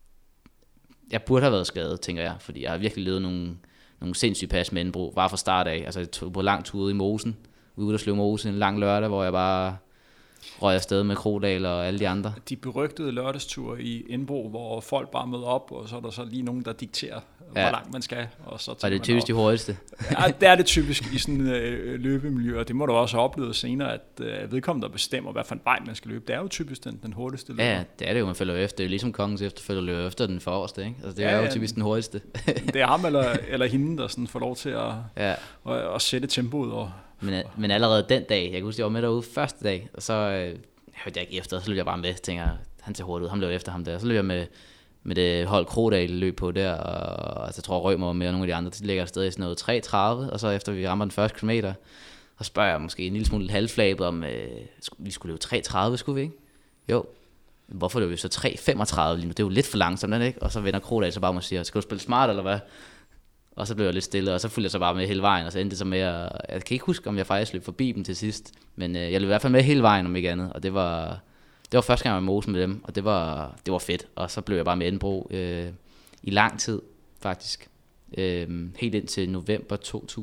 jeg burde have været skadet, tænker jeg, fordi jeg har virkelig levet nogle sindssyge pas med Enbro, bare fra start af. Altså, jeg tog på lang tur ude i Mosen, ude at slå Mose en lang lørdag, hvor jeg bare røg afsted med Krodal og alle de andre. De berygtede lørdagsture i Enbro, hvor folk bare møder op, og så er der så lige nogen, der dikterer, hvor langt man skal. Og så det er typisk de hurtigste. Ja, det er det typisk i sådan løbemiljø, og det må du også have oplevet senere, at vedkommende, der bestemmer, hvad for en vej man skal løbe. Det er jo typisk den hurtigste løber. Ja, det er det jo, man følger efter. Det er jo ligesom kongens efterfølger løber efter den forreste, ikke? Altså, det er jo typisk den hurtigste. Det er ham eller hende, der sådan får lov til at sætte tempoet. Men allerede den dag, jeg kan huske, jeg var med derude første dag, og så hørte jeg ikke efter, så løb jeg bare med, tænker, han ser hurtigt ud, ham løb efter ham der, så løb jeg med det hold Krodal løb på der, og jeg tror Rømer med og nogle af de andre, de ligger afsted i sådan noget 3.30, og så efter vi rammer den første kilometer, så spørger jeg måske en lille smule halvflabet om, vi skulle løbe 3.30, skulle vi ikke? Jo. Hvorfor løber vi så 3.35 lige nu? Det er jo lidt for langsomt, ikke? Og så vender Krodal så bare og siger, skal du spille smart, eller hvad? Og så blev jeg lidt stille, og så fulgte jeg så bare med hele vejen, og så endte det så med, jeg kan ikke huske, om jeg faktisk løb forbi dem til sidst, men jeg løb i hvert fald med hele vejen, om ikke andet, og det var første gang, jeg var i Mosen med dem, og det var fedt, og så blev jeg bare med Enbro i lang tid, faktisk, helt ind til november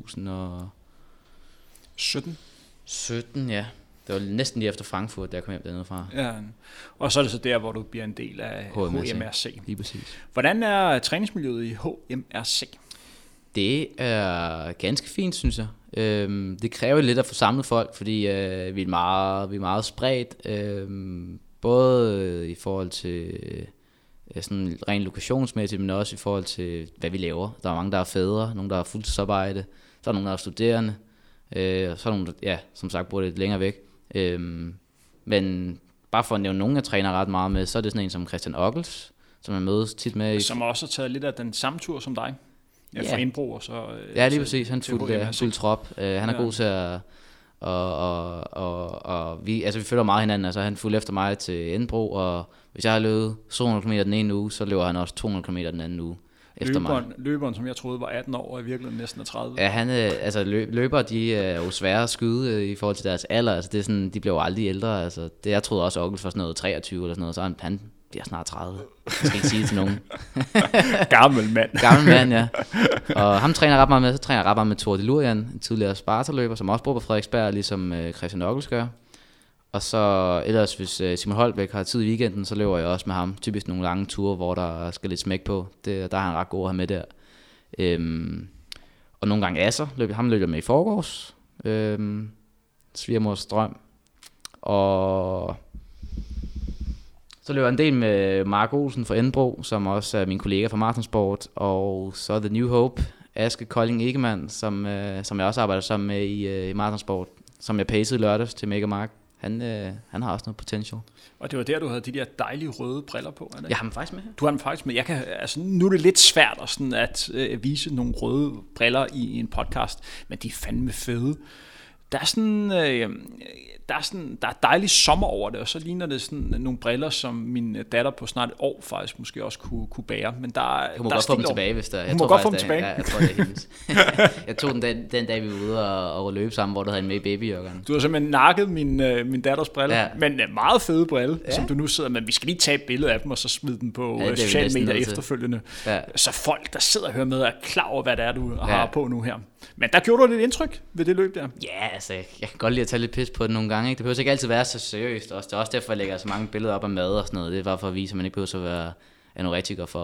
2017. 17, ja. Det var næsten lige efter Frankfurt, da jeg kom hjem dernede fra. Ja, og så er det så der, hvor du bliver en del af HMRC. Lige præcis. Hvordan er træningsmiljøet i HMRC? Det er ganske fint, synes jeg. Det kræver lidt at få samlet folk, fordi vi er meget spredt. Både i forhold til sådan rent lokationsmæssigt, men også i forhold til, hvad vi laver. Der er mange, der er fædre, nogle, der er fuldtidsarbejde, så er nogle, der er studerende, og så er nogle, der, som sagt, bor lidt længere væk. Men bare for at nævne nogen, jeg træner ret meget med, så er det sådan en som Christian Ockels, som jeg mødes tit med. Som også har taget lidt af den samme tur som dig. Ja, for Indbro og så... Ja, lige præcis. Han fuldt trop. Han er god til at... Og vi følger meget hinanden. Altså, han fulgte efter mig til Indbro, og hvis jeg har løbet 200 km den ene uge, så løber han også 200 km den anden uge efter mig. Løberen, som jeg troede var 18 år, og i virkeligheden næsten er 30. Ja, løbere, de er jo svære at skyde i forhold til deres alder. Altså, det er sådan, de bliver jo aldrig ældre. Altså, jeg troede også, at Ockels var sådan noget 23 eller sådan noget, så han bliver snart 30. Jeg skal ikke sige det til nogen. Gammel mand, ja. Og ham træner jeg ret meget med. Så træner jeg ret meget med Thor Delurian, en tidligere Sparta-løber, som også bor på Frederiksberg, ligesom Christian Ockels gør. Og så ellers, hvis Simon Holbæk har tid i weekenden, så løber jeg også med ham. Typisk nogle lange ture, hvor der skal lidt smæk på. Der er han ret god at have med der. Og nogle gange Asser. Ham løber jeg med i forgårs. Svigermors drøm. Og så løber jeg en del med Mark Olsen fra Indbro, som også er min kollega fra Marathonsport. Og så The New Hope, Aske Kolding Egemann, som jeg også arbejder sammen med i Marathonsport, som jeg pacede lørdags til Mega Mark. Han har også noget potential. Og det var der, du havde de der dejlige røde briller på, er det? Jeg har dem faktisk med. Du har dem faktisk med. Nu er det lidt svært at vise nogle røde briller i en podcast, men de er fandme fede. Der er dejlig sommer over det, og så ligner det sådan nogle briller, som min datter på snart et år faktisk måske også kunne bære. Men hun må godt få dem tilbage, hvis der. Hun må godt få dem tilbage. Ja, jeg tror, det er hendes. Jeg tog den dag, vi var ude og løbe sammen, hvor du havde en med i babyjoggeren. Du har simpelthen nakket min datters briller, men en meget fede brille, som du nu sidder med. Vi skal lige tage et billede af dem, og så smide dem på sociale medier efterfølgende. Ja. Så folk, der sidder og hører med, er klar over, hvad det er, du har på nu her. Men der gjorde du lidt indtryk ved det løb der. Ja, altså, jeg kan godt lide at tage lidt pis på det nogle gange. Ikke? Det behøver ikke altid være så seriøst. Det er også derfor, jeg lægger så mange billeder op af mad og sådan noget. Det er bare for at vise, at man ikke behøver at være anorektiker for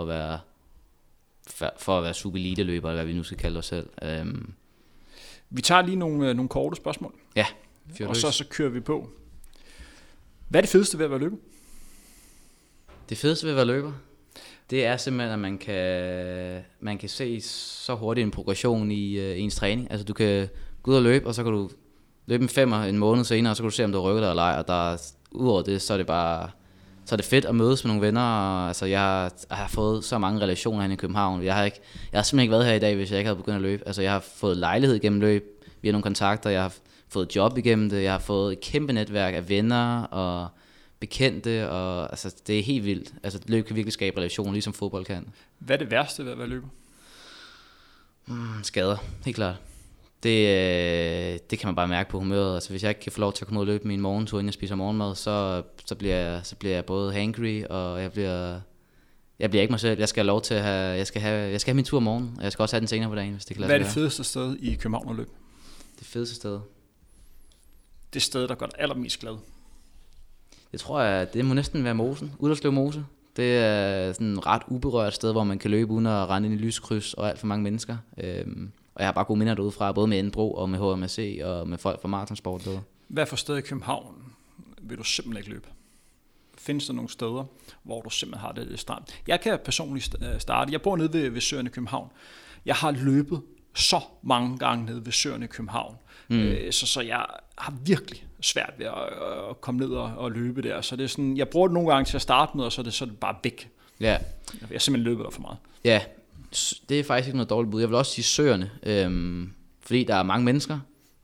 at være super elite løber, eller hvad vi nu skal kalde os selv. Vi tager lige nogle korte spørgsmål. Ja. Og så kører vi på. Hvad er det fedeste ved at være løber? Det fedeste ved at være løber? Det er simpelthen, at man kan se så hurtigt en progression i ens træning. Altså du kan gå ud og løbe, og så kan du løbe en 5'er en måned senere, og så kan du se, om du rykker dig eller ej. Og udover det, så er det fedt at mødes med nogle venner. Og, altså, jeg har fået så mange relationer her i København. Jeg har simpelthen ikke været her i dag, hvis jeg ikke havde begyndt at løbe. Altså jeg har fået lejlighed igennem løb, via nogle kontakter, jeg har fået job igennem det, jeg har fået et kæmpe netværk af venner og bekendte, og altså, det er helt vildt. Altså, løb kan virkelig skabe relationer, ligesom fodbold kan. Hvad er det værste ved at være løber? Skader, helt klart. Det kan man bare mærke på humøret. Altså, hvis jeg ikke kan få lov til at komme ud og løbe min morgentur, inden jeg spiser morgenmad, så bliver jeg både hangry, og jeg bliver ikke mig selv. Jeg skal have lov til at jeg skal have min tur om morgenen, og jeg skal også have den senere på dagen, hvis det kan lade sig. Hvad er det fedeste sted i København at løbe? Det fedeste sted? Det sted, der gør dig allermest glad? Det tror jeg, det må næsten være Mosen, Udderslev Mose. Det er sådan et ret uberørt sted, hvor man kan løbe uden at rende ind i lyskryds og alt for mange mennesker. Og jeg har bare gode minder derudefra, både med Indbro og med HMRC og med folk fra Marathonsport derude. Hvad for sted i København vil du simpelthen ikke løbe? Findes der nogle steder, hvor du simpelthen har det lidt stramt? Jeg kan personligt starte. Jeg bor nede ved Søerne i København. Jeg har løbet så mange gange nede ved Søerne i København. Så jeg har virkelig svært ved at komme ned og løbe der. Så det er sådan, jeg bruger det nogle gange til at starte med, og så er det bare væk. Ja. Jeg har simpelthen løbet der for meget. Ja, det er faktisk ikke noget dårligt bud. Jeg vil også sige Søerne, fordi der er mange mennesker,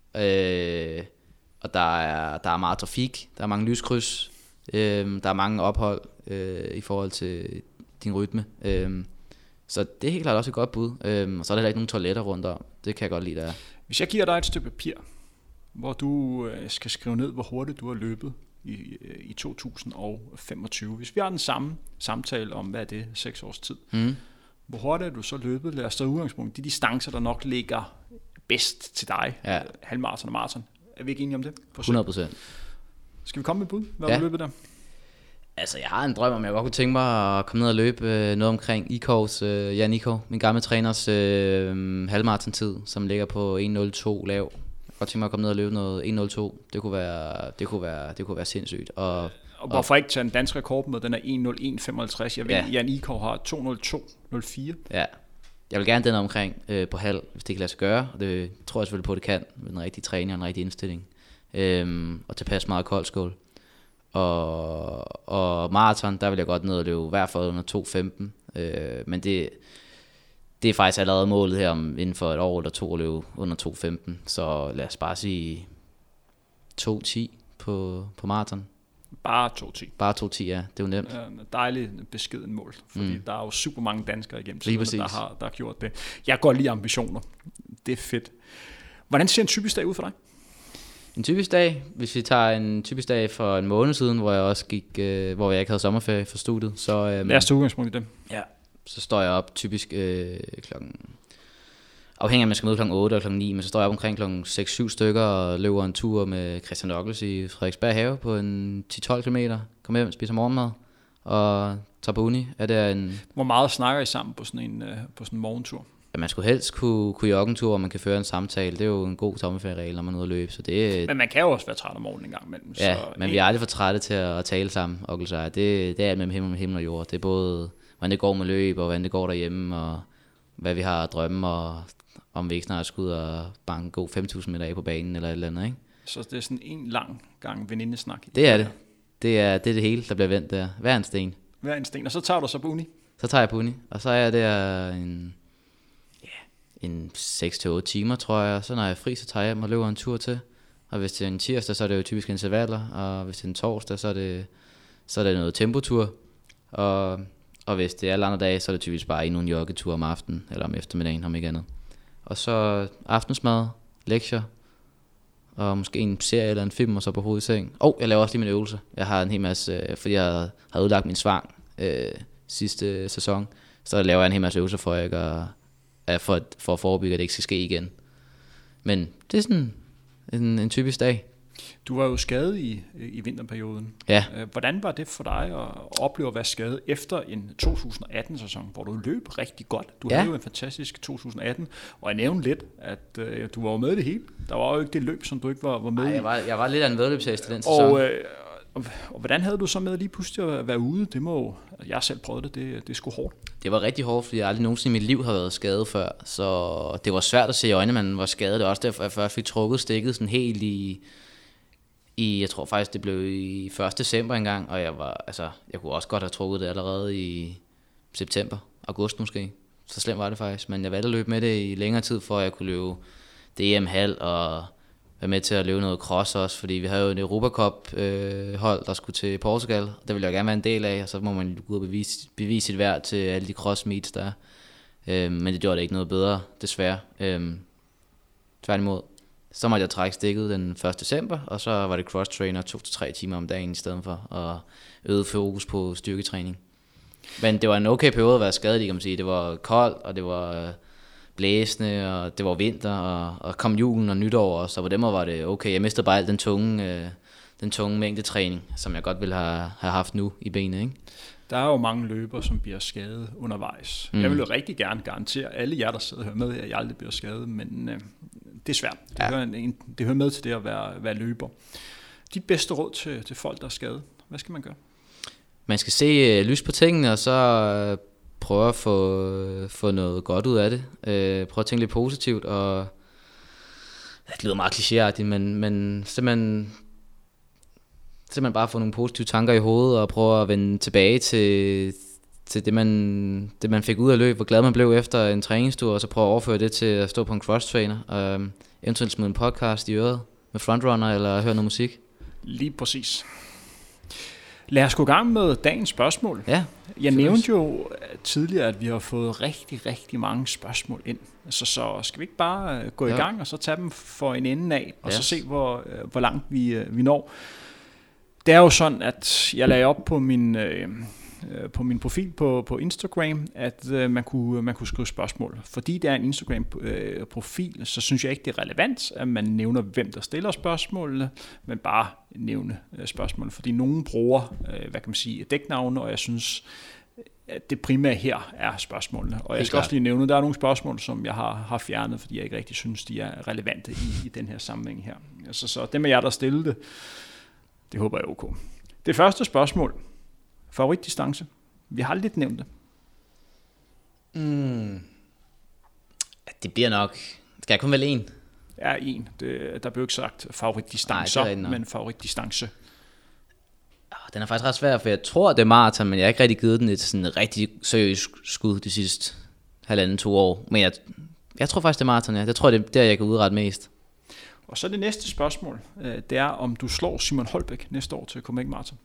og der er meget trafik, der er mange lyskryds, der er mange ophold i forhold til din rytme. Så det er helt klart også et godt bud. Og så er der heller ikke nogen toiletter rundt om. Det kan jeg godt lide, der. Hvis jeg giver dig et stykke papir, hvor du skal skrive ned, hvor hurtigt du har løbet i 2025. Hvis vi har den samme samtale om, hvad er det, 6 års tid. Hvor hurtigt er du så løbet? Lad os tage udgangspunkt. De distancer, der nok ligger bedst til dig. Ja. Halvmarathon og marathon. Er vi ikke enige om det? 100%. Skal vi komme med bud? Hvad har du løbet der? Altså, jeg har en drøm om, jeg godt kunne tænke mig at komme ned og løbe noget omkring Jan Ikov, min gamle træners halvmarathon-tid, som ligger på 1.02 lav. Jeg kunne godt tænke mig at komme ned og løbe noget 1.02. Det kunne være sindssygt. Og Og hvorfor ikke tage en dansk rekord med? Den er 1:01.55. Jeg ved, Jan Ikov har 2:02.04. Ja, jeg vil gerne den omkring på halv, hvis det kan lade sig gøre. Og det tror jeg selvfølgelig på, det kan, med den rigtige træning og en rigtig indstilling. Og tilpasse meget koldskål. Og maraton, der vil jeg godt ned og løbe i hvert fald under 2:15. Men det er faktisk allerede målet her om inden for et år eller to at løbe under 2:15. Så lad os bare sige 2:10 på maraton. Bare 2:10. Bare 2:10, ja. Det er jo nemt. Dejligt beskeden mål, fordi der er jo super mange danskere igennem tiden, der har gjort det. Jeg går lige ambitioner. Det er fedt. Hvordan ser en typisk dag ud for dig? En typisk dag, hvis vi tager en typisk dag for en måned siden, hvor jeg også gik, hvor jeg ikke havde sommerferie for studiet, så lad os tage udgangspunkt i det. Ja, så står jeg op typisk klokken, afhængig af, om jeg skal møde klokken 8 eller klokken 9, men så står jeg op omkring klokken 6-7 stykker og løber en tur med Christian Douglas i Frederiksberg Have på en 10-12 km. Kommer hjem, spiser morgenmad og tager på uni. Hvor meget snakker I sammen på sådan en morgentur? Ja, man skulle helst kunne jogge en tur, hvor man kan føre en samtale. Det er jo en god sommerferieregel, når man er ude at løbe. Så det, men man kan jo også være træt om morgenen en gang imellem. Ja, men vi er aldrig for trætte til at tale sammen. Det er alt mellem himmel og jord. Det er både, hvordan det går med løb, og hvordan det går derhjemme, og hvad vi har at drømme, og om vi ikke snart skal ud og banke god 5.000 meter af på banen, eller et eller andet, ikke? Så det er sådan en lang gang venindesnak? Det er det. Det er det hele, der bliver vendt der. Hver en sten. Hver en sten. Og så tager du så på uni? Så tager jeg på uni. Og så er jeg der en 6-8 timer, tror jeg. Så når jeg er fri, så tager jeg hjem og løber en tur til. Og hvis det er en tirsdag, så er det jo typisk intervaller. Og hvis det er en torsdag, så er det noget tempotur. Og hvis det er alle andre dage, så er det typisk bare endnu en joggetur om aftenen, eller om eftermiddagen, om ikke andet. Og så aftensmad, lektier, og måske en serie eller en film, og så på hovedet i seng. Jeg laver også lige min øvelse. Jeg har en hel masse, fordi jeg har udlagt min svang sidste sæson, så laver jeg en hel masse øvelser for, for at forebygge, at det ikke skal ske igen. Men det er sådan en typisk dag. Du var jo skadet i vinterperioden. Ja. Hvordan var det for dig at opleve at være skadet efter en 2018-sæson, hvor du løb rigtig godt? Du havde jo en fantastisk 2018, og jeg nævnte lidt, at du var jo med i det hele. Der var jo ikke det løb, som du ikke var med i. Jeg var lidt af en vedløbshest i den sæson. Og hvordan havde du så med lige pludselig at være ude? Det må, jeg har selv prøvet det er sgu hårdt. Det var rigtig hårdt, fordi jeg aldrig nogensinde i mit liv har været skadet før, så det var svært at se i øjnene, man var skadet. Det var også derfor, jeg først fik trukket stikket sådan helt jeg tror faktisk, det blev i 1. december engang, og jeg kunne også godt have trukket det allerede i september, august måske. Så slemt var det faktisk, men jeg valgte at løbe med det i længere tid, for at jeg kunne løbe DM-halv og være med til at løbe noget cross også, fordi vi havde jo en Europacup hold, der skulle til Portugal, og det ville jeg gerne være en del af, og så må man gå ud og bevise sit værd til alle de cross meets der. Men det gjorde det ikke noget bedre, desværre. Tværtimod. Så måtte jeg trække stikket den 1. december, og så var det cross-trainer 2-3 timer om dagen i stedet for, og øget fokus på styrketræning. Men det var en okay periode at være skadet, kan man sige. Det var koldt, og det var blæsende, og det var vinter, og kom julen og nytår også, så på den måde var det okay. Jeg mistede bare alt den tunge mængdetræning, som jeg godt ville have haft nu i benene, ikke? Der er jo mange løbere, som bliver skadet undervejs. Jeg vil jo rigtig gerne garantere alle jer, der sidder og hører med, at jeg aldrig bliver skadet, men det er svært. Det hører med til det at være løber. De bedste råd til folk, der er skadet, hvad skal man gøre? Man skal se lys på tingene, og så prøve at få noget godt ud af det. Prøve at tænke lidt positivt, og det lyder meget klichéagtigt, men simpelthen bare få nogle positive tanker i hovedet, og prøve at vende tilbage til det man fik ud af løb, hvor glad man blev efter en træningstur, og så prøve at overføre det til at stå på en cross-trainer, eventuelt smide en podcast i øret med frontrunner, eller høre noget musik. Lige præcis. Lad os gå i gang med dagens spørgsmål. Ja, jeg nævnte jo tidligere, at vi har fået rigtig, rigtig mange spørgsmål ind. Så skal vi ikke bare gå i gang, og så tage dem for en ende af, og så se, hvor langt vi når. Det er jo sådan, at jeg lagde op på min profil på Instagram, at man kunne skrive spørgsmål. Fordi det er en Instagram-profil, så synes jeg ikke, det er relevant, at man nævner, hvem der stiller spørgsmålene, men bare nævne spørgsmål. Fordi nogen bruger, dæknavne, og jeg synes, at det primære her er spørgsmålene. Og jeg skal også lige nævne, at der er nogle spørgsmål, som jeg har fjernet, fordi jeg ikke rigtig synes, de er relevante i den her sammenhæng her. Så dem af jer, der stillede det håber jeg er okay. Det første spørgsmål. Favoritdistance. Vi har lidt nævnt det. Det bliver nok... Skal jeg kun vælge en? Ja, en. Der blev ikke sagt favoritdistancer, men favoritdistance. Den er faktisk ret svær, for jeg tror, det er maraton, men jeg har ikke rigtig givet den et sådan rigtig seriøst skud de sidste 1,5-2 år. Men jeg tror faktisk, det er maraton, ja. Jeg tror, det er der, jeg kan udrette mest. Og så det næste spørgsmål, det er, om du slår Simon Holbæk næste år til Copenhagen Marathon.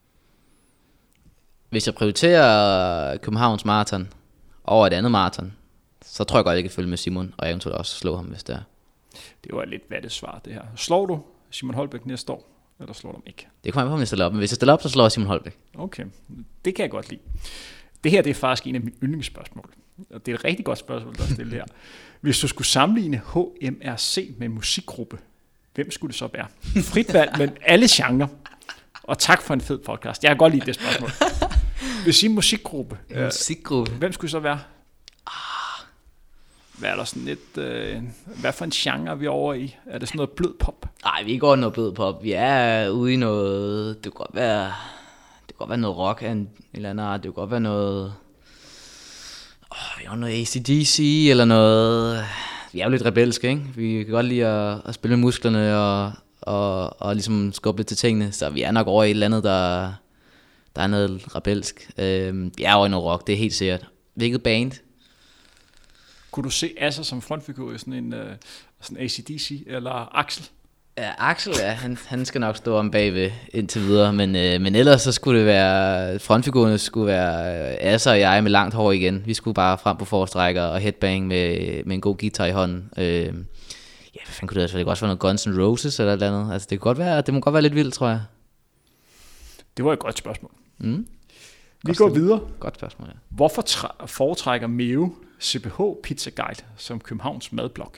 Hvis jeg prioriterer Københavns Marathon over et andet marathon, så tror jeg godt, jeg kan følge med Simon, og eventuelt også slå ham, hvis det er. Det var et lidt vattet svar, det her. Slår du Simon Holbæk næste år, eller slår du ham ikke? Det kommer jeg på, om jeg stiller op. Men hvis jeg stiller op, så slår jeg Simon Holbæk. Okay, det kan jeg godt lide. Det her, det er faktisk en af mine yndlingsspørgsmål. Og det er et rigtig godt spørgsmål, der er stillet her. Hvis du skulle sammenligne HMRC med en musikgruppe, hvem skulle det så være? Frit valg, men alle genrer. Og tak for en fed podcast. Jeg kan godt lide det spørgsmål. Hvis I en musikgruppe, hvem skulle det så være? Hvad er der sådan lidt... hvad for en genre er vi over i? Er det sådan noget blød pop? Nej, vi er ikke over noget blød pop. Vi er ude i noget... Det kan godt være noget rock af en eller anden art. Det kan godt være noget... vi har noget AC/DC eller noget... Vi er jo lidt rebelske, ikke? Vi kan godt lide at spille med musklerne og ligesom skubbe lidt til tingene. Så vi er nok over i et eller andet, der er noget rebelsk. Vi er over i noget rock, det er helt sikkert. Hvilket band? Kunne du se Asser som frontfigur i sådan en AC/DC eller Axel? Ja, Axel, ja, han skal nok stå om bagved indtil videre, men ellers så skulle det være, frontfigurerne skulle være Asser og jeg med langt hår igen. Vi skulle bare frem på forstrækker og headbang med en god guitar i hånden. Ja, hvad fanden kunne det være? Det kunne også være noget Guns N' Roses eller et eller andet. Altså det må godt være lidt vildt, tror jeg. Det var et godt spørgsmål. Vi går videre. Godt spørgsmål, ja. Hvorfor foretrækker Meo CPH Pizza Guide som Københavns madblok?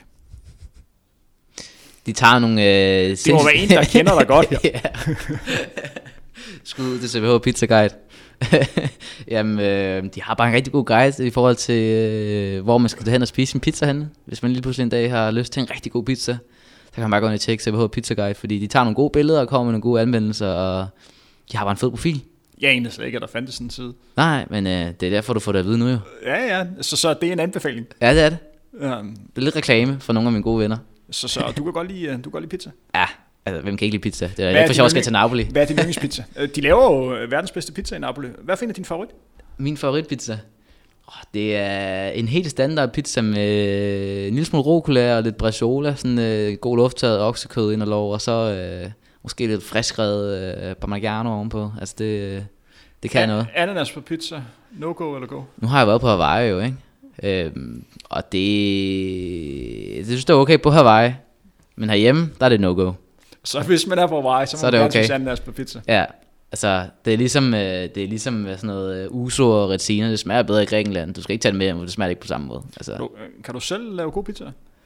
De tager nogle... det må være en, der kender dig godt. Ja. Skud ud til CPH Pizza Guide. Jamen, de har bare en rigtig god guide i forhold til, hvor man skal hen og spise sin pizza henne. Hvis man lige pludselig en dag har lyst til en rigtig god pizza, så kan man bare gå ind og tjekke CPH Pizza Guide, fordi de tager nogle gode billeder og kommer med nogle gode anmeldelser, og de har bare en fed profil. Jeg aner slet ikke, at der fandtes sådan en side. Nej, men det er derfor, du får det at vide nu jo. Ja, så det er en anbefaling. Ja, det er det. Det er lidt reklame for nogle af mine gode venner. Så du kan godt lide pizza? Ja, altså hvem kan ikke lide pizza? Det er lidt for sjovt, at skal til Napoli. Hvad er din yndlingspizza? De laver jo verdens bedste pizza i Napoli. Hvad finder din favorit? Min favoritpizza? Det er en helt standard pizza med en lille smule rucola og lidt bresaola, sådan god lufttaget oksekød ind og lov, og så måske lidt friskredet parmigiano ovenpå. Altså det kan noget. Ananas på pizza, no go eller go? Nu har jeg været på Hawaii jo, ikke? Og det synes jeg er okay på Hawaii, men herhjemme, der er det no go. Så hvis man er på Hawaii, så må man gerne spise ananas på pizza? Ja, altså det er ligesom sådan noget uso og retsiner, det smager bedre i Grækenland. Du skal ikke tage det med hjem, det smager ikke på samme måde. Altså, kan du selv lave god pizza?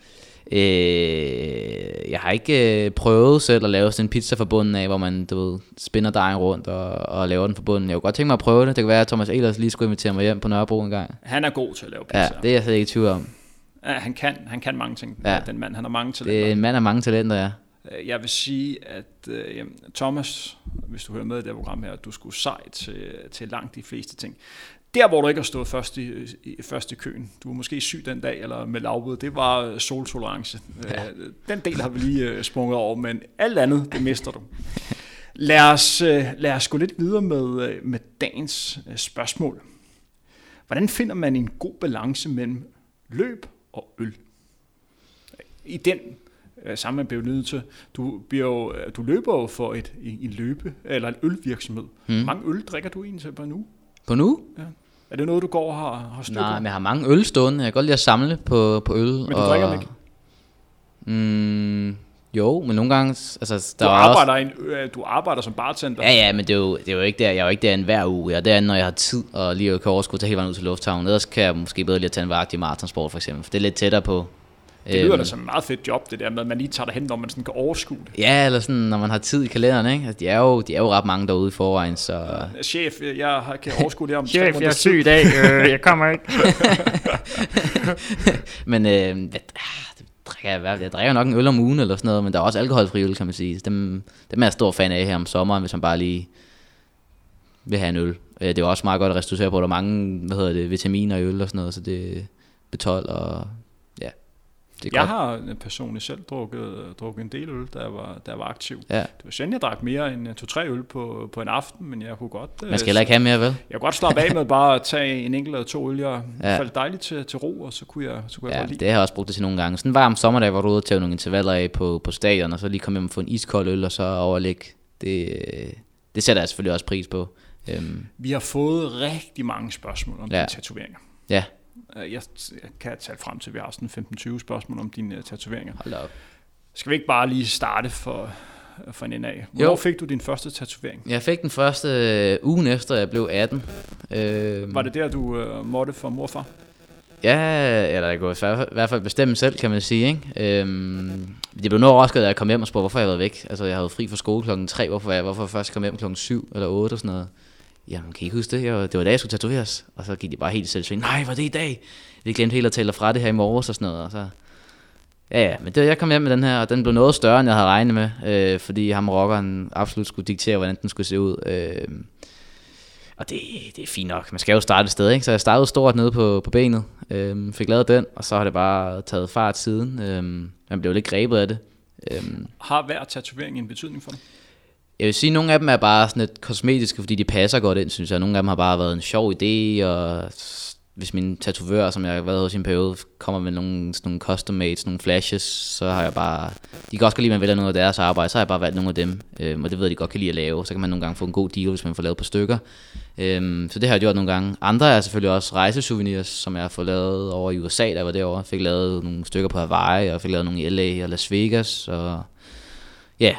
Jeg har ikke prøvet selv at lave sådan en pizza fra bunden af, hvor man spinner dejen rundt og laver den fra bunden. Jeg kunne godt tænke mig at prøve det. Det kan være, at Thomas Ehlers lige skulle invitere mig hjem på Nørrebro en gang. Han er god til at lave pizza. Ja, det er jeg slet ikke i tvivl om. Ja, han kan mange ting. Ja. Den mand, han har mange talenter. Det er en mand af mange talenter, ja. Jeg vil sige, at Thomas, hvis du hører med i det program her, du skulle sej til langt de fleste ting. Der, hvor du ikke har stået først i køen, du var måske syg den dag, eller med lavbud, det var soltolerance. Ja. Den del har vi lige sprunget over, men alt andet, det mister du. Lad os gå lidt videre med dagens spørgsmål. Hvordan finder man en god balance mellem løb og øl? I den sammen bliver nødt til, du løber jo for en løbe eller en ølvirksomhed. Hvor mange øl drikker du egentlig på nu? På nu? Ja. Er det noget, du går og har styr på? Nej, men jeg har mange øl stående. Jeg kan godt lide at samle på øl. Men du drikker dem ikke? Jo, men nogle gange... Altså, du arbejder som bartender. Ja, men det er jo ikke der. Jeg er jo ikke derinde hver uge. Jeg er derinde, når jeg har tid og lige kan overskue til hele vejen ud til lufthavnen. Ellers kan jeg måske bedre lige at tage en vagt i Martransport for eksempel. For det er lidt tættere på. Det lyder da som en meget fedt job, det der med, at man lige tager derhen, når man sådan kan overskue det. Ja, eller sådan, når man har tid i kalenderen, ikke? Altså, de er jo ret mange derude i forvejen, så... Chef, jeg kan overskue det om... Chef, jeg er syg i dag, jeg kommer ikke. Men jeg drikker nok en øl om ugen eller sådan noget, men der er også alkoholfri øl, kan man sige. Dem er jeg stor fan af her om sommeren, hvis man bare lige vil have en øl. Det er også meget godt at restituere på, der er mange vitaminer i øl og sådan noget, så det B12 og ja, det er Jeg godt. har personligt selv drukket en del øl, da jeg var aktiv. Ja. Det var sjældent, jeg drak mere end 2-3 øl på en aften, men jeg kunne godt... Man skal heller ikke have mere, vel? Jeg kunne godt slappe af med bare at tage en enkelt eller 2 øl. Jeg faldt dejligt til ro, og så kunne jeg godt lide. Det har jeg også brugt det til nogle gange. Sådan en varm sommerdag, hvor du er ude og tage nogle intervaller af på stadion, og så lige komme hjem og få en iskold øl, og så overlægge. Det sætter jeg selvfølgelig også pris på. Vi har fået rigtig mange spørgsmål om dine tatoveringer. Ja. Jeg kan tale frem til, at vi har sådan 15-20 spørgsmål om dine tatoveringer. Hold op. Skal vi ikke bare lige starte for en ende af? Hvornår fik du din første tatovering? Jeg fik den første ugen efter, jeg blev 18. Var det der, du måtte for morfar? Ja, eller jeg kunne i hvert fald bestemme selv, kan man sige. Ikke? Det blev noget overrasket, at jeg kom hjem og spurgte, hvorfor jeg havde været væk. Altså, jeg havde fri fra skole klokken 3, hvorfor jeg først kom hjem klokken 7 eller 8 og sådan noget. Jamen, kan I ikke huske det? Det var da, jeg skulle tatoveres. Og så gik de bare helt selvsving. Nej, var det i dag? Vi glemte helt at tælle fra det her i morges og sådan noget. Og så... Ja, men jeg kom hjem med den her, og den blev noget større, end jeg havde regnet med. Fordi ham rockeren absolut skulle diktere, hvordan den skulle se ud. Og det er fint nok. Man skal jo starte et sted, ikke? Så jeg startede stort nede på benet. Fik lavet den, og så har det bare taget fart siden. Man blev lidt grebet af det. Har hver tatovering en betydning for dig? Jeg vil sige, at nogle af dem er bare sådan lidt kosmetiske, fordi de passer godt ind, synes jeg. Nogle af dem har bare været en sjov idé, og hvis min tatovør, som jeg har været hos i en periode, kommer med nogle custom made, nogle flashes, så har jeg bare... De kan også godt lide, at man vælger noget af deres arbejde, så har jeg bare valgt nogle af dem, og det ved jeg, de godt kan lide at lave. Så kan man nogle gange få en god deal, hvis man får lavet et par stykker. Så det har jeg gjort nogle gange. Andre er selvfølgelig også rejsesouvenirs, som jeg har fået lavet over i USA, der var derovre. Fik lavet nogle stykker på Hawaii, og fik lavet nogle i LA og Las Vegas, og ja...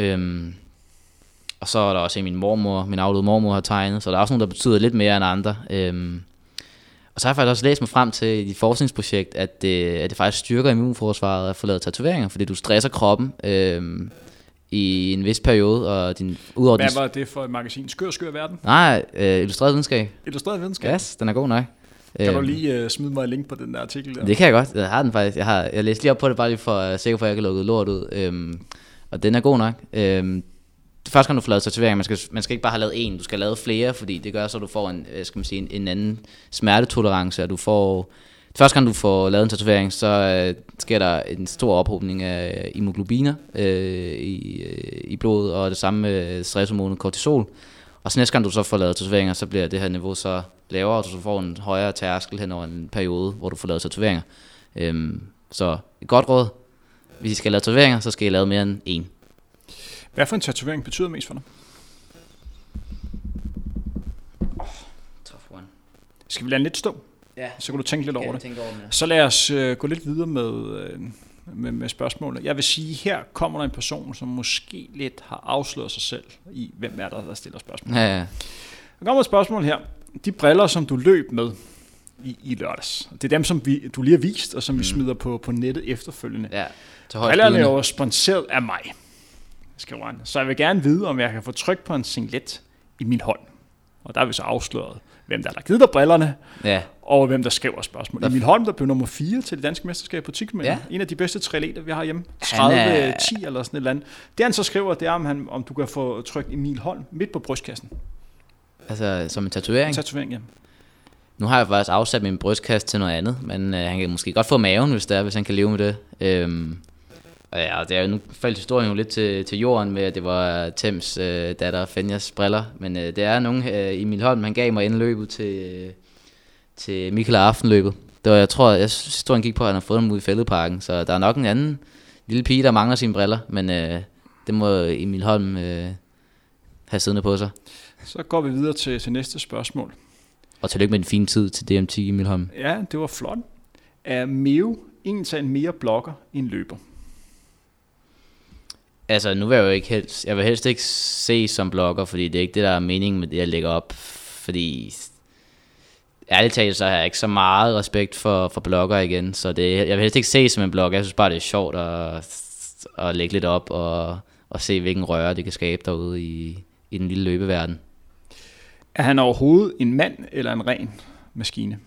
Og så er der også min afdøde mormor har tegnet, så der er også nogle, der betyder lidt mere end andre. Og så har jeg faktisk også læst mig frem til i et forskningsprojekt, at det faktisk styrker immunforsvaret at få lavet tatoveringer, fordi du stresser kroppen i en vis periode. Og Hvad var det for et magasin? Skør verden? Nej, Illustreret Videnskab. Illustreret Videnskab? Yes, den er god nok. Kan du lige smide mig et link på den der artikel der? Det kan jeg godt. Jeg har den faktisk. Jeg læste lige op på det, bare lige for at sikker på, at jeg kan lukke lort ud. Og den er god nok. Først kan du få lavet tatoveringer. Man skal ikke bare have lavet en, du skal have lavet flere, fordi det gør så, at du får en anden smertetolerance, og først kan du få lavet en tatovering, så sker der en stor ophobning af hemoglobiner i blodet, og det samme med stresshormonet kortisol. Og så næste gang du så får lavet tatoveringer, så bliver det her niveau så lavere, og du får en højere tærskel hen over en periode, hvor du får lavet tatoveringer. Så et godt råd, hvis I skal lave tatoveringer, så skal I lave mere end en. Hvad for en tatovering betyder mest for dig? Tough one. Skal vi lade den lidt stå? Ja. Så kan du tænke lidt over det. Ja. Så lad os gå lidt videre med spørgsmålet. Jeg vil sige, her kommer der en person, som måske lidt har afsløret sig selv i, hvem er der stiller spørgsmål. Ja. Der kommer et spørgsmål her. De briller, som du løb med i lørdags, det er dem, som du lige har vist, og som vi smider på nettet efterfølgende. Ja. Brillerne er jo sponsoreret af mig, skriver han. Så jeg vil gerne vide, om jeg kan få tryk på en singlet i min hånd. Og der er vi så afsløret, hvem der har givet dig brillerne, og hvem der skriver spørgsmål. I min hånd, der blev nummer 4 til det danske mesterskab på Tikkelmænd. Ja. En af de bedste triatleter, vi har hjemme. 30-10 eller sådan et eller andet. Det han så skriver, det er, om du kan få tryk i min hånd midt på brystkassen. Altså som en tatovering? En tatovering, ja. Nu har jeg faktisk afsat min brystkasse til noget andet, men han kan måske godt få maven, hvis han kan leve med det. Ja, det er jo, nu faldt historien jo lidt til jorden med, at det var Thames datter Fenjas briller, men det er nogen i Emil Holm, han gav mig indløbet til Michael Aftenløbet. Det var, jeg tror han gik på, at han har fået dem ud i Fælledparken, så der er nok en anden lille pige, der mangler sine briller, men det må Emil Holm have siddende på sig. Så går vi videre til næste spørgsmål. Og tillykke med den fine tid til DMT, Emil Holm. Ja, det var flot. Er Meo egentlig mere blogger end løber? Altså, nu vil jeg vil helst ikke se som blogger, fordi det er ikke det, der er meningen med det, jeg lægger op. Fordi ærligt talt, så har jeg ikke så meget respekt for blogger igen. Så jeg vil helst ikke se som en blogger. Jeg synes bare, det er sjovt at lægge lidt op og se, hvilken røre det kan skabe derude i den lille løbeverden. Er han overhovedet en mand eller en ren maskine?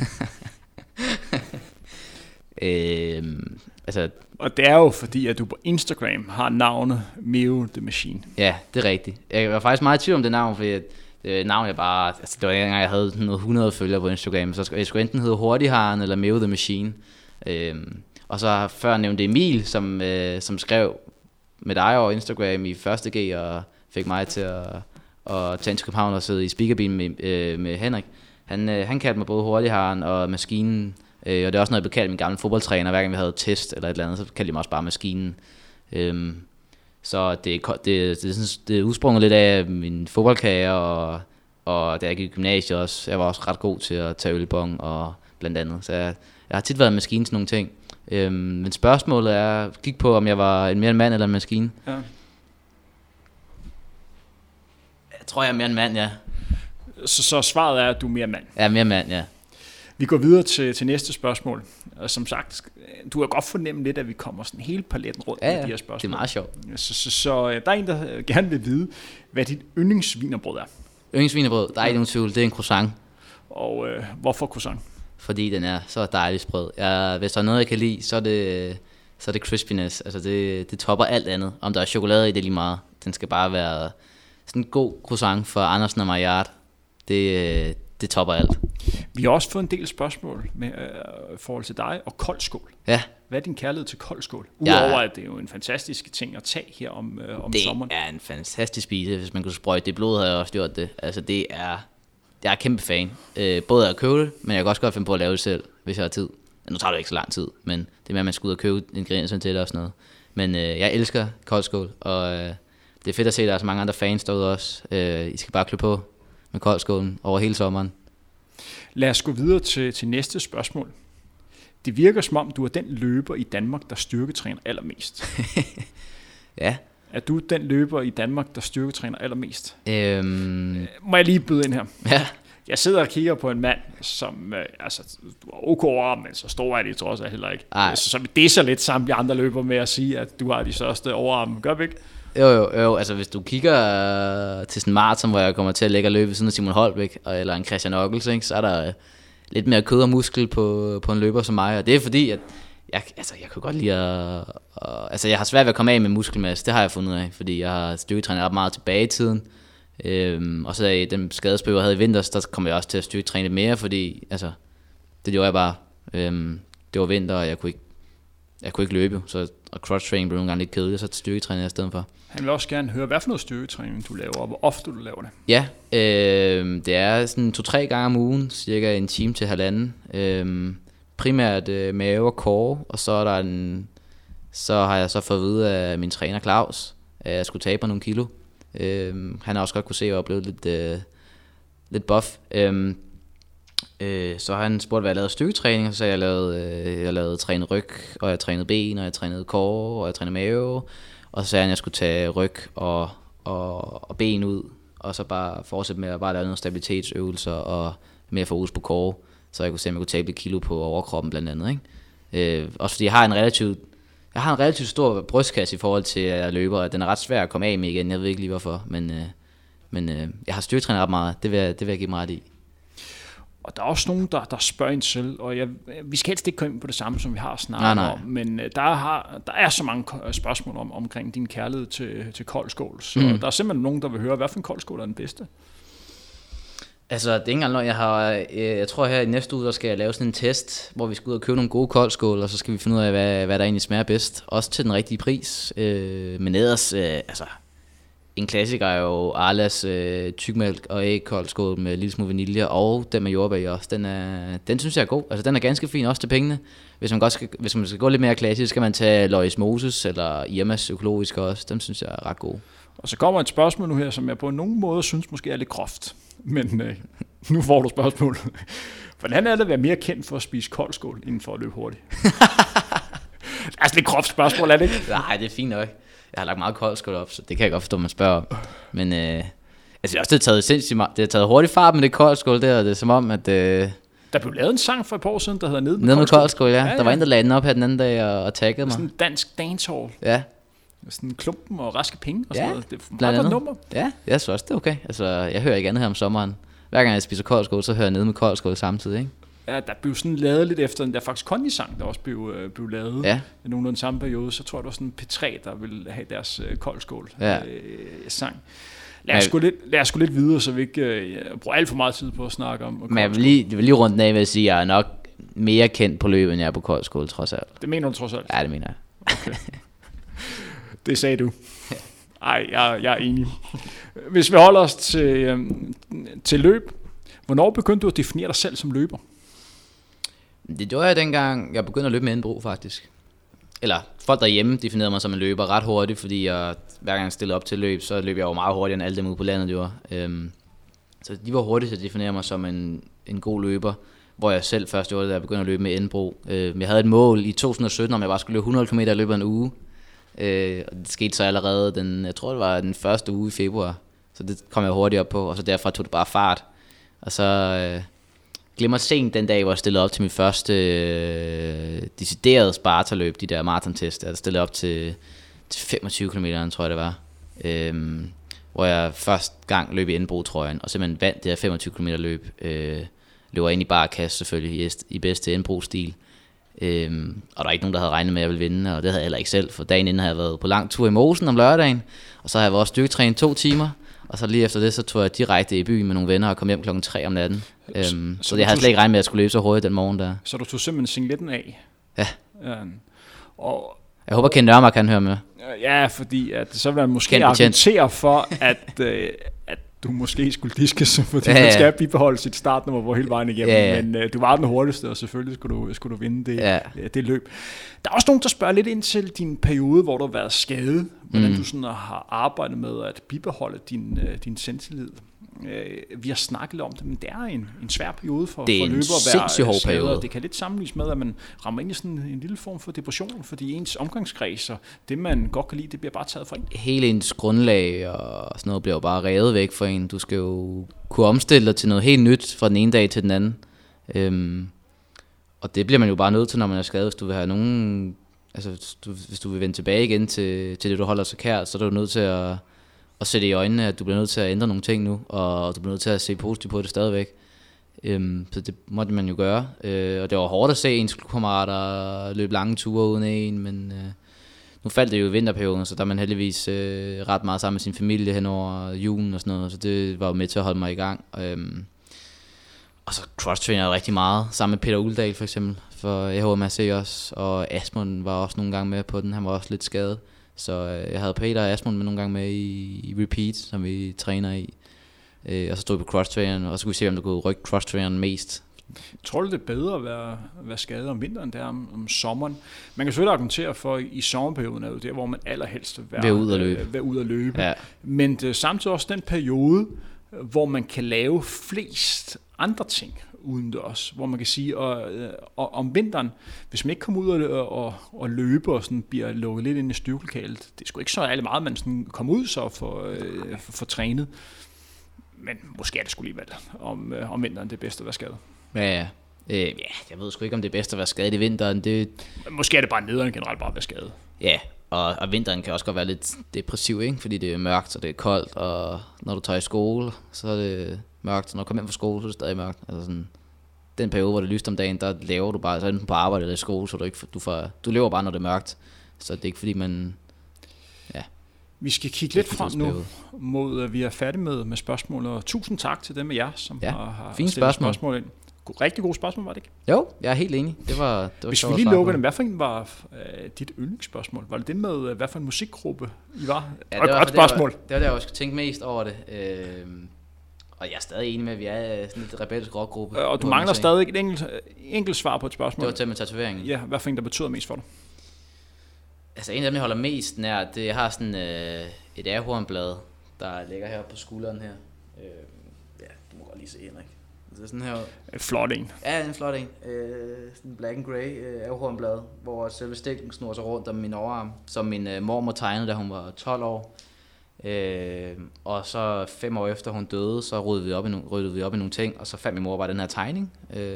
Altså, og det er jo fordi, at du på Instagram har navnet Meo the Machine. Ja, det er rigtigt. Jeg var faktisk meget i tvivl om det navn, fordi Navn jeg bare, altså det var en gang jeg havde 100 følgere på Instagram, så jeg skulle enten hedde Hurtigharen eller Meo the Machine. Og så før nævnte Emil, som skrev med dig over Instagram i 1.G og fik mig til at tage ind til København og sidde i speakerbilen med Henrik. Han kaldte mig både Hurtigharen og Maskinen, og det er også noget, jeg blev kaldt min gamle fodboldtræner, hver gang vi havde test eller et eller andet, så kaldte de mig også bare Maskinen. Så det er udsprunget lidt af min fodboldkarriere, og da jeg gik i gymnasiet også, jeg var også ret god til at tage ølbong og blandt andet, så jeg har tit været en maskine til nogle ting. Men spørgsmålet gik på, om jeg var mere en mand eller en maskine. Ja. Jeg tror, jeg er mere en mand, ja. Så svaret er, at du er mere mand? Ja, mere mand, ja. Vi går videre til næste spørgsmål. Og som sagt, du har godt fornemt lidt, at vi kommer sådan hele paletten rundt med de her spørgsmål. Det er meget sjovt. Så der er en, der gerne vil vide, hvad dit yndlingsvinerbrød er. Yndlingsvinerbrød? Der er ikke nogen tvivl. Det er en croissant. Og hvorfor croissant? Fordi den er så dejligt sprød. Hvis der er noget, jeg kan lide, så er det crispiness. Altså det topper alt andet. Om der er chokolade i det lige meget. Den skal bare være sådan en god croissant for Andersen og Maillard. Det topper alt. Vi har også fået en del spørgsmål med forhold til dig og koldskål. Ja. Hvad er din kærlighed til koldskål? Udover at det er jo en fantastisk ting at tage her om sommeren. Det er en fantastisk spise. Hvis man kunne sprøjte det blod, havde jeg også gjort det. Altså jeg er kæmpe fan. Både at købe det, men jeg kan også godt finde på at lave det selv, hvis jeg har tid. Nu tager det ikke så lang tid, men det er med, at man skal ud og købe ingredienser til det og sådan noget. Men jeg elsker koldskål, og det er fedt at se, at der er så mange andre fans derude også. I skal bare klø på med koldskålen over hele sommeren. Lad os gå videre til næste spørgsmål. Det virker som om, du er den løber i Danmark, der styrketræner allermest. Ja. Er du den løber i Danmark, der styrketræner allermest? Må jeg lige byde ind her? Ja. Jeg sidder og kigger på en mand, som du har OK overarm, men så stor er de trods alt heller ikke. Så vi disser lidt sammen de andre løber med at sige, at du har de største overarme. Gør vi ikke? Jo, altså hvis du kigger til sådan en maraton, hvor jeg kommer til at lægge og løbe siden af Simon Holbæk, eller en Christian Ockels, ikke, så er der lidt mere kød og muskel på en løber som mig, og det er fordi, at jeg kan godt lide at jeg har svært ved at komme af med muskelmasse, det har jeg fundet af, fordi jeg har styrketrænet ret meget tilbage i tiden, og så i den skadesperiode, jeg havde i vinters, der kom jeg også til at styrketræne lidt mere, fordi det gjorde jeg bare, det var vinter, og jeg kunne ikke løbe, og cross-training blev nogle gange lidt kedeligt, så styrketræner jeg i stedet for. Han vil også gerne høre, hvad for noget styrketræning du laver, og hvor ofte du laver det. Ja, det er sådan 2-3 gange om ugen, cirka en time til halvanden. Primært mave og core, og så har jeg så fået at vide af min træner Claus, at jeg skulle tabe nogle kilo. Han har også godt kunne se, at jeg var blevet lidt buff. Så han spurgte, hvad jeg lavede styrketræning, og så jeg lavede trænet ryg, og jeg trænede ben, og jeg trænede core, og jeg trænede mave, og så sagde han, at jeg skulle tage ryg og ben ud, og så bare fortsætte med at bare lave nogle stabilitetsøvelser, og mere fokus på core, så jeg kunne se, om jeg kunne tabe lidt kilo på overkroppen blandt andet, ikke? Også fordi jeg har en relativt stor brystkasse i forhold til at løbe, og den er ret svær at komme af med igen, jeg ved ikke lige hvorfor, men jeg har styrketrænet ret meget, det vil jeg give mig ret i. Og der er også nogen, der spørger ind selv, og vi skal helst ikke komme ind på det samme, som vi har snakket om, men der er så mange spørgsmål omkring din kærlighed til koldskål, så der er simpelthen nogen, der vil høre, hvad for en koldskål er den bedste? Altså, det er ikke engang noget, jeg tror her i næste uge, der skal jeg lave sådan en test, hvor vi skal ud og købe nogle gode koldskål, og så skal vi finde ud af, hvad der egentlig smager bedst, også til den rigtige pris, men ellers, en klassiker er jo Arlas tykmælk og ægkoldskål med lille smule vanilje, og den med jordbær i også. Den synes jeg er god. Altså, den er ganske fin også til pengene. Hvis man skal gå lidt mere klassisk, skal man tage Lois Moses eller Irmas økologisk også. Den synes jeg er ret god. Og så kommer et spørgsmål nu her, som jeg på nogen måde synes måske er lidt groft. Men nu får du spørgsmål. Hvordan er det at være mere kendt for at spise koldskål, inden for at løbe hurtigt? Det er lidt groft spørgsmål, er det ikke? Nej, det er fint nok. Jeg har lagt meget koldskål op, så det kan jeg godt forstå, man spørger om. Men også det har taget hurtigt fart med det koldskål der, og det er som om, at der blev lavet en sang for et par år siden, der hedder Nede med koldskål, ja. Der var en, der lagde den op her den anden dag og taggede mig. Sådan en dansk dancehall. Ja. Sådan Klumpen og Raske Penge og sådan noget. Det er meget godt nummer. Ja, jeg synes også, det er okay. Altså, jeg hører ikke andet her om sommeren. Hver gang jeg spiser koldskål, så hører jeg Nede med koldskål samtidig, ikke? Ja, der blev sådan lavet lidt efter den der faktisk Conny-sang, der også blev lavet i nogenlunde samme periode. Så tror jeg, det var sådan P3, der ville have deres koldskål sang. Lad os gå lidt videre, så vi ikke bruger alt for meget tid på at snakke om. Men jeg vil lige rundt af med at sige, at jeg er nok mere kendt på løbet, end jeg er på koldskole, trods alt. Det mener du trods alt? Ja, det mener jeg. Okay. Det sagde du. Ej, jeg er enig. Hvis vi holder os til løb, hvornår begyndte du at definere dig selv som løber? Det gjorde jeg dengang, jeg begyndte at løbe med indbrug, faktisk. Eller folk derhjemme definerede mig som en løber ret hurtigt, fordi hver gang jeg stillede op til løb, så løb jeg jo meget hurtigere end alle dem ude på landet gjorde. Så de var hurtigt til at definere mig som en god løber, hvor jeg selv først gjorde det, da jeg begyndte at løbe med indbrug. Jeg havde et mål i 2017, om jeg bare skulle løbe 100 km i løbet af en uge. Og det skete så allerede, jeg tror det var den første uge i februar. Så det kom jeg hurtigt op på, og så derfra tog det bare fart. Og så glemmer sent den dag, hvor jeg stillede op til mit første deciderede Sparta-løb, de der maratontest. Jeg stillede op til 25 km, tror jeg det var. Hvor jeg første gang løb i indbrugtrøjen, og simpelthen vandt det her 25 km løb. Løber ind i barkasse selvfølgelig, i bedste indbrugsstil. Og der er ikke nogen, der havde regnet med, at jeg ville vinde, og det havde jeg heller ikke selv, for dagen inden havde jeg været på lang tur i Mosen om lørdagen, og så havde jeg været styrketrænet 2 timer, og så lige efter det, så tog jeg direkte i byen med nogle venner og kom hjem klokken 3 om natten. Så jeg havde slet ikke regnet med, at jeg skulle løbe så hurtigt den morgen der. Så du tog simpelthen singletten af? Ja. Og jeg håber, Ken Nørmark kan høre med. Ja, fordi at så vil jeg måske argumentere for, at du måske skulle diskes, fordi man skal bibeholde sit startnummer på hele vejen igennem. Ja. Men du var den hurtigste, og selvfølgelig skulle du vinde det løb. Der er også nogen, der spørger lidt ind til din periode, hvor du har været skadet. Hvordan du sådan har arbejdet med at bibeholde din selvtillid. Vi har snakket om det, men det er en svær periode for løbere at være skadet. Det kan lidt sammenlignes med, at man rammer ind i sådan en lille form for depression, fordi ens omgangskreds og det, man godt kan lide, det bliver bare taget fra en. Hele ens grundlag og sådan noget bliver jo bare revet væk fra en. Du skal jo kunne omstille dig til noget helt nyt fra den ene dag til den anden. Og det bliver man jo bare nødt til, når man er skadet. Hvis du vil have nogen, altså hvis du vil vende tilbage igen til det, du holder så kært, så er du nødt til at sætte i øjnene, at du bliver nødt til at ændre nogle ting nu, og du bliver nødt til at se positivt på det stadigvæk. Så det måtte man jo gøre. Og det var hårdt at se ens klubkammerater løbe lange ture uden en, men nu faldt det jo i vinterperioden, så der er man heldigvis ret meget sammen med sin familie hen over julen og sådan noget, så det var jo med til at holde mig i gang. Og så cross-trainer jeg rigtig meget, sammen med Peter Uldal for eksempel, for HMRC også, og Asmund var også nogle gange med på den, han var også lidt skadet. Så jeg havde Peter og Asmund med nogle gange med i repeat, som vi træner i. Og så stod vi på cross-traineren, og så skulle vi se, om der kunne rykke cross-traineren mest. Tror du, det er bedre at være skadet om vinteren, der om sommeren? Man kan selvfølgelig argumentere for, i sommerperioden er jo der, hvor man allerhelst vil være ud at løbe. Ja. Men det er samtidig også den periode, hvor man kan lave flest andre ting udendørs, hvor man kan sige, og om vinteren, hvis man ikke kommer ud og løber og sådan bliver lukket lidt ind i styrkelokalet, det er sgu ikke så ærligt meget, man sådan kommer ud så for trænet. Men måske er det sgu alligevel om vinteren det bedste at være skadet. Ja, jeg ved sgu ikke, om det er bedst at være skadet i vinteren. Måske er det bare nederen generelt bare at være skadet. Ja, og vinteren kan også godt være lidt depressiv, ikke? Fordi det er mørkt, og det er koldt, og når du tager i skole, så er det mørkt, og når du kommer hjem fra skole, så er det stadig mørkt. Altså sådan, den periode, hvor det er lyst om dagen, der laver du bare, så enten på arbejde eller i skole, så du lever bare, når det er mørkt. Så det er ikke fordi, man... Ja. Vi skal kigge lidt frem nu mod, at vi er færdige med spørgsmål, og tusind tak til dem af jer, som har stillet spørgsmål ind. Rigtig gode spørgsmål, var det ikke? Jo, jeg er helt enig. Det var hvis vi lige lukker dem, hvad for en var dit yndlingsspørgsmål? Var det med, hvad for en musikgruppe I var? Ja, det var et spørgsmål. Det var det, jeg skulle tænke mest over det. Og jeg er stadig enig med, at vi er sådan et rebellisk rockgruppe. Og du mangler stadig et enkelt svar på et spørgsmål. Det var til med tatoveringen. Ja, hvad for en, der betyder mest for dig? Altså en af dem, jeg holder mest nær, det har sådan et ahornblad, der ligger her på skulderen her. Ja, du må godt lige se, Henrik. Det er sådan her. En flot en. Ja, en flot en. Sådan en black and grey ahornblad, hvor selve stikken snor sig rundt om min overarm, som min mormor tegnede, da hun var 12 år. Og så 5 år efter hun døde, så ryddede vi op i nogle ting, og så fandt min mor bare den her tegning.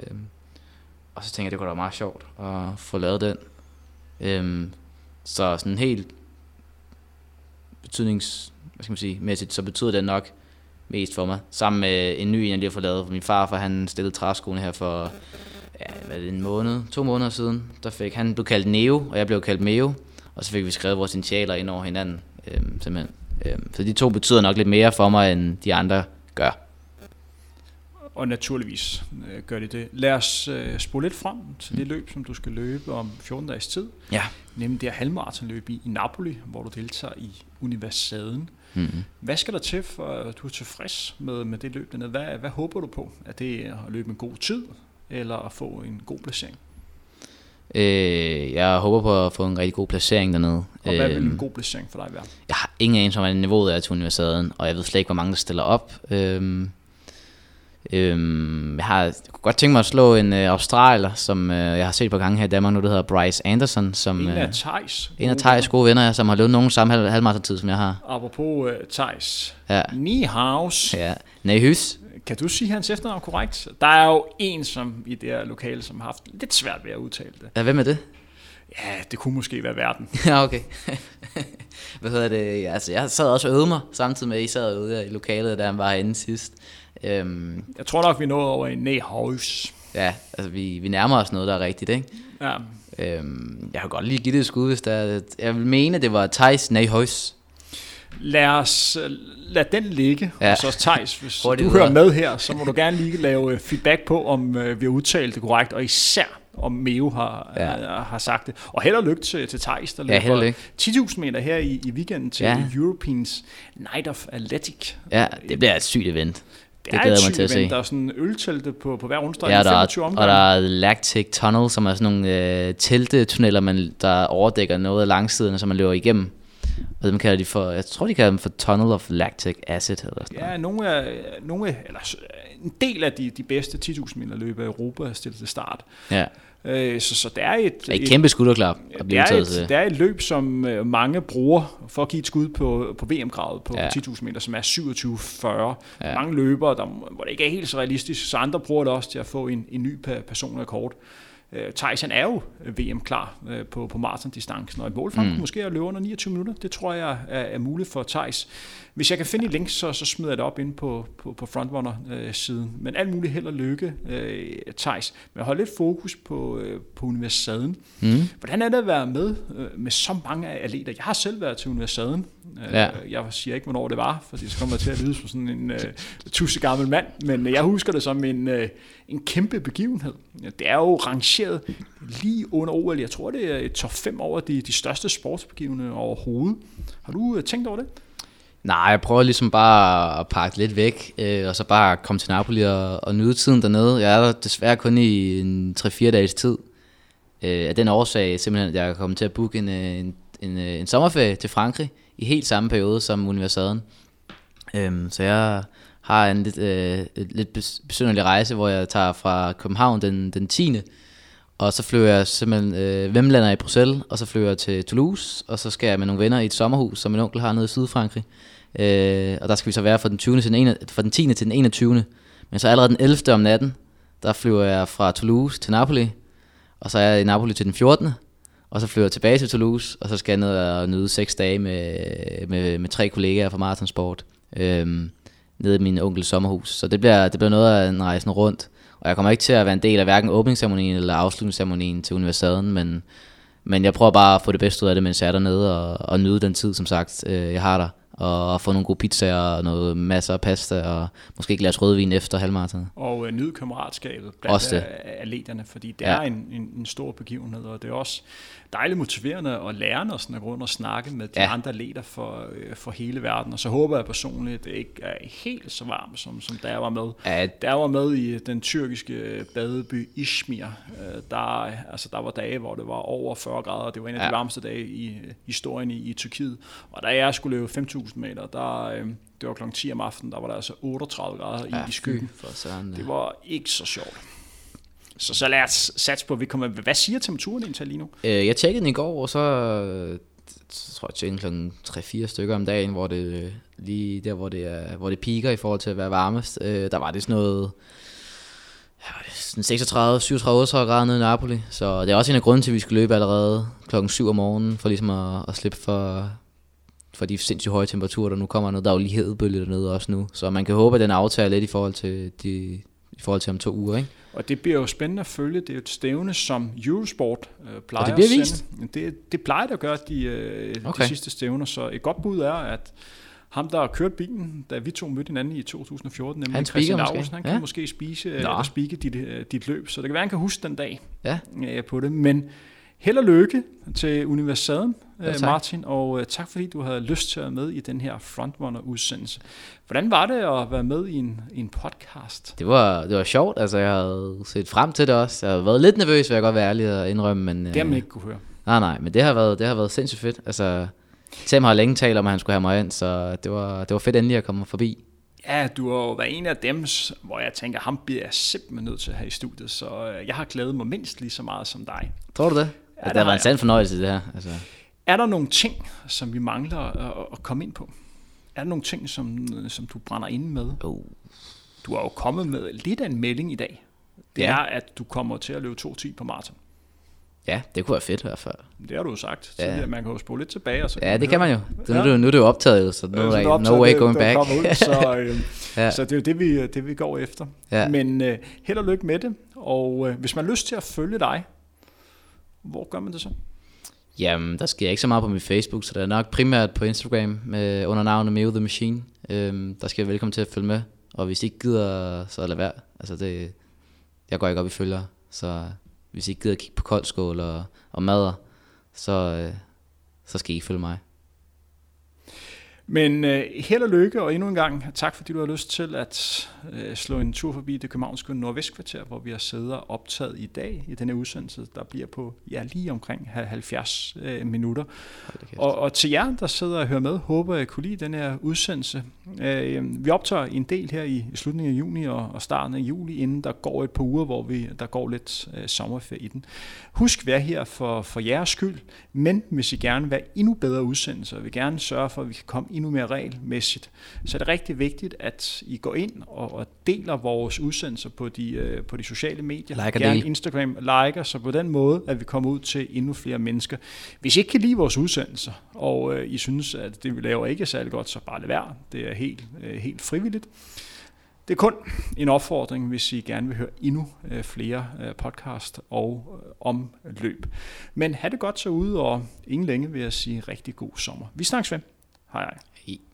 Og så tænkte jeg, det kunne da være meget sjovt at få lavet den. Så sådan helt mæssigt, så betyder det nok mest for mig. Sammen med en ny en, jeg lige har fået lavet. Min far, for han stillede træskoene her for, en måned, 2 måneder siden. Han blev kaldt Neo, og jeg blev kaldt Meo. Og så fik vi skrevet vores initialer ind over hinanden, simpelthen. Så de to betyder nok lidt mere for mig, end de andre gør. Og naturligvis gør det. Lad os spole lidt frem til det løb, som du skal løbe om 14 dages tid. Ja. Nemlig det her halvmaratonløb i Napoli, hvor du deltager i Universaden. Mm-hmm. Hvad skal der til, for at du er tilfreds med det løb dernede? Hvad håber du på? Er det at løbe en god tid, eller at få en god placering? Jeg håber på at få en rigtig god placering dernede. Og hvad vil en god placering for dig være? Jeg har ingen anelse om, hvad niveauet er til Universaden, og jeg ved slet ikke, hvor mange der stiller op. Jeg kunne godt tænke mig at slå en australier, som jeg har set på gange her i Danmark nu, der hedder Bryce Anderson. Som, en af Thijs gode venner, som har løbet nogen samme halvmarathon-tid, som jeg har. Apropos Thijs. Ja. Nihaus. Ja. Nehys. Kan du sige hans efternavn korrekt? Der er jo en som i det her lokale, som har haft lidt svært ved at udtale det. Ja, hvem er det? Ja, det kunne måske være Verden. Ja, okay. Hvad hedder det? Altså, jeg sad også og øvede mig, samtidig med, at I sad ude i lokalet, da han var herinde sidst. Jeg tror nok, vi nåede over i Nehus. Ja, altså vi nærmer os noget, der er rigtigt, ikke? Ja. Jeg kan godt lige give det et skud, hvis der. Jeg vil mene, det var Thijs Nehus. Lad den ligge, ja. Og så Thijs, hvis du videre. hører med her, så må du gerne lige lave feedback på, om vi har udtalt det korrekt, og især om Meo har sagt det. Og held og lykke til Thijs, der løber 10.000 meter her i weekenden til Europeans Night of Athletic. Ja, det bliver et sygt event. Det er et sygt event. Der er sådan øltelte på hver rundstreg. Ja, 25 omgange. Og der er Lactic Tunnel, som er sådan nogle teltetunneller, der overdækker noget af langsiden, som man løber igennem. Og dem kalder de for, jeg tror de kalder dem for Tunnel of Lactic Acid eller sådan. Ja, en del af de bedste 10.000 meter løb af Europa er stillet til start. Ja. Så det er et kæmpe skulderklap. Det er et løb, som mange bruger for at give et skud på VM-kravet på 10.000 meter, som er 27.40. Ja. Mange løbere, hvor det ikke er helt så realistisk, så andre bruger det også til at få en ny personrekord. Thijs er jo VM-klar på maratondistancen, og et mål for ham måske at løbe under 29 minutter. Det tror jeg er muligt for Thijs. Hvis jeg kan finde et link, så smider jeg det op inde på frontrunner-siden. Men alt muligt held og lykke, Thijs. Men hold lidt fokus på Universaden. Hvordan er det at være med så mange atleter? Jeg har selv været til Universaden. Jeg siger ikke, hvornår det var, for det kommer til at lyde som sådan en tusse gammel mand. Men jeg husker det som en kæmpe begivenhed. Det er jo rangeret lige under OL. Jeg tror, det er et top 5 over de største sportsbegivenheder overhovedet. Har du tænkt over det? Nej, jeg prøver ligesom bare at pakke lidt væk, og så bare komme til Napoli og nyde tiden dernede. Jeg er der desværre kun i en 3-4 dages tid. Af den årsag simpelthen, at jeg er kommet til at booke en sommerferie til Frankrig i helt samme periode som Universaden. Så jeg har en lidt besynderlig rejse, hvor jeg tager fra København den 10. Og så flyver jeg simpelthen Vemlander i Bruxelles, og så flyver jeg til Toulouse, og så skal jeg med nogle venner i et sommerhus, som min onkel har nede i Sydfrankrig. Og der skal vi så være fra den 10. til den 21. Men så allerede den 11. om natten, der flyver jeg fra Toulouse til Napoli, og så er jeg i Napoli til den 14. Og så flyver jeg tilbage til Toulouse, og så skal jeg ned og nyde 6 dage med 3 kollegaer fra Marathonsport, nede i min onkels sommerhus. Så det bliver noget af en rejsen rundt. Og jeg kommer ikke til at være en del af hverken åbningsceremonien eller afslutningsceremonien til Universaden, men jeg prøver bare at få det bedste ud af det, mens jeg er dernede, og nyde den tid, som sagt, jeg har der. Og få nogle gode pizzaer og noget masser af pasta, og måske et glas rødvin efter halvmarathon. Og nyde kammeratskabet blandt atleterne, fordi det er en stor begivenhed, og det er også dejligt motiverende og lærende at gå rundt og snakke med de andre atleter for hele verden. Og så håber jeg personligt, at det ikke er helt så varmt, som da jeg var med. Da jeg var med i den tyrkiske badeby Izmir, der var dage, hvor det var over 40 grader. Det var en af de varmeste dage i historien i Tyrkiet. Og da jeg skulle løbe 5.000 meter, det var klokken 10 om aftenen, der var der altså 38 grader i skyggen. Det var ikke så sjovt. Så lad os satse på, at vi kommer. Hvad siger temperaturen indtil lige nu? Jeg tjekkede den i går, og så tror jeg tjekkede klokken 3-4 stykker om dagen, hvor det lige der, hvor det piker i forhold til at være varmest. Der var det sådan noget 36, 37, 38 grader nede i Napoli. Så det er også en af grunden til, at vi skal løbe allerede klokken 7 om morgenen, for ligesom at slippe for de sindssygt høje temperaturer, der nu kommer ned. Der er jo lige hedebølge dernede også nu, så man kan håbe, at den aftager lidt i forhold til om 2 uger, ikke? Og det bliver jo spændende at følge. Det er jo et stævne, som Eurosport plejer at sende. Det plejer det at gøre de sidste stævner, så et godt bud er, at ham, der kørte bilen, da vi to mødte hinanden i 2014, nemlig Han Christian speaker Laursen. Han kan måske speake dit løb, så det kan være, han kan huske den dag på det. Men held og lykke til Universaden, Martin, og tak fordi du havde lyst til at være med i den her Frontrunner-udsendelse. Hvordan var det at være med i en podcast? Det var sjovt, altså jeg havde set frem til det også. Jeg havde været lidt nervøs, vil jeg godt være ærlig og indrømme. Men, det har man ikke kunne høre. Nej, men det har været sindssygt fedt. Altså, Tim har længe talt om, at han skulle have mig ind, så det var fedt endelig at komme forbi. Ja, du har jo været en af dem, hvor jeg tænker, ham bliver jeg simpelthen nødt til at have i studiet, så jeg har glædet mig mindst lige så meget som dig. Tror du det? Ja, det har været en sand fornøjelse, det her. Altså. Er der nogle ting, som vi mangler at komme ind på? Er der nogle ting, som du brænder inde med? Du har jo kommet med lidt af en melding i dag. Det er, at du kommer til at løbe 2:10 på maraton. Ja, det kunne være fedt i hvert fald. Det har du jo sagt. Ja. Man kan jo spole lidt tilbage. Og så det kan man jo. Nu er det jo optaget, så no way going back. Ud, så det er jo det vi går efter. Ja. Men held og lykke med det. Og hvis man har lyst til at følge dig, hvor gør man det så? Jamen, der sker ikke så meget på min Facebook, så det er nok primært på Instagram under navnet Meo The Machine. Der skal jeg velkommen til at følge med. Og hvis I ikke gider, så lad være. Altså jeg går ikke op i følgere, så hvis I ikke gider at kigge på koldskål og madder, så skal I følge mig. Men held og lykke, og endnu en gang tak, fordi du har lyst til at slå en tur forbi det københavnske Nordvestkvarter, hvor vi har siddet og optaget i dag i denne udsendelse, der bliver på lige omkring 70 minutter. Og til jer, der sidder og hører med, håber jeg kunne lide den her udsendelse. Vi optager en del her i slutningen af juni og starten af juli, inden der går et par uger, hvor der går lidt sommerferie i den. Husk, vær her for jeres skyld, men hvis I gerne vil være endnu bedre udsendelser, og vil gerne sørge for, at vi kan komme endnu mere regelmæssigt, så er det rigtig vigtigt, at I går ind og deler vores udsendelser på de sociale medier. Gerne Instagram, liker, så på den måde, at vi kommer ud til endnu flere mennesker. Hvis I ikke kan lide vores udsendelser, og I synes, at det vi laver ikke er særlig godt, så bare lad være. Det er helt frivilligt. Det er kun en opfordring, hvis I gerne vil høre endnu flere podcast og om løb. Men have det godt så ude, og ingen længe vil jeg sige rigtig god sommer. Vi snakkes ved. Hej hej.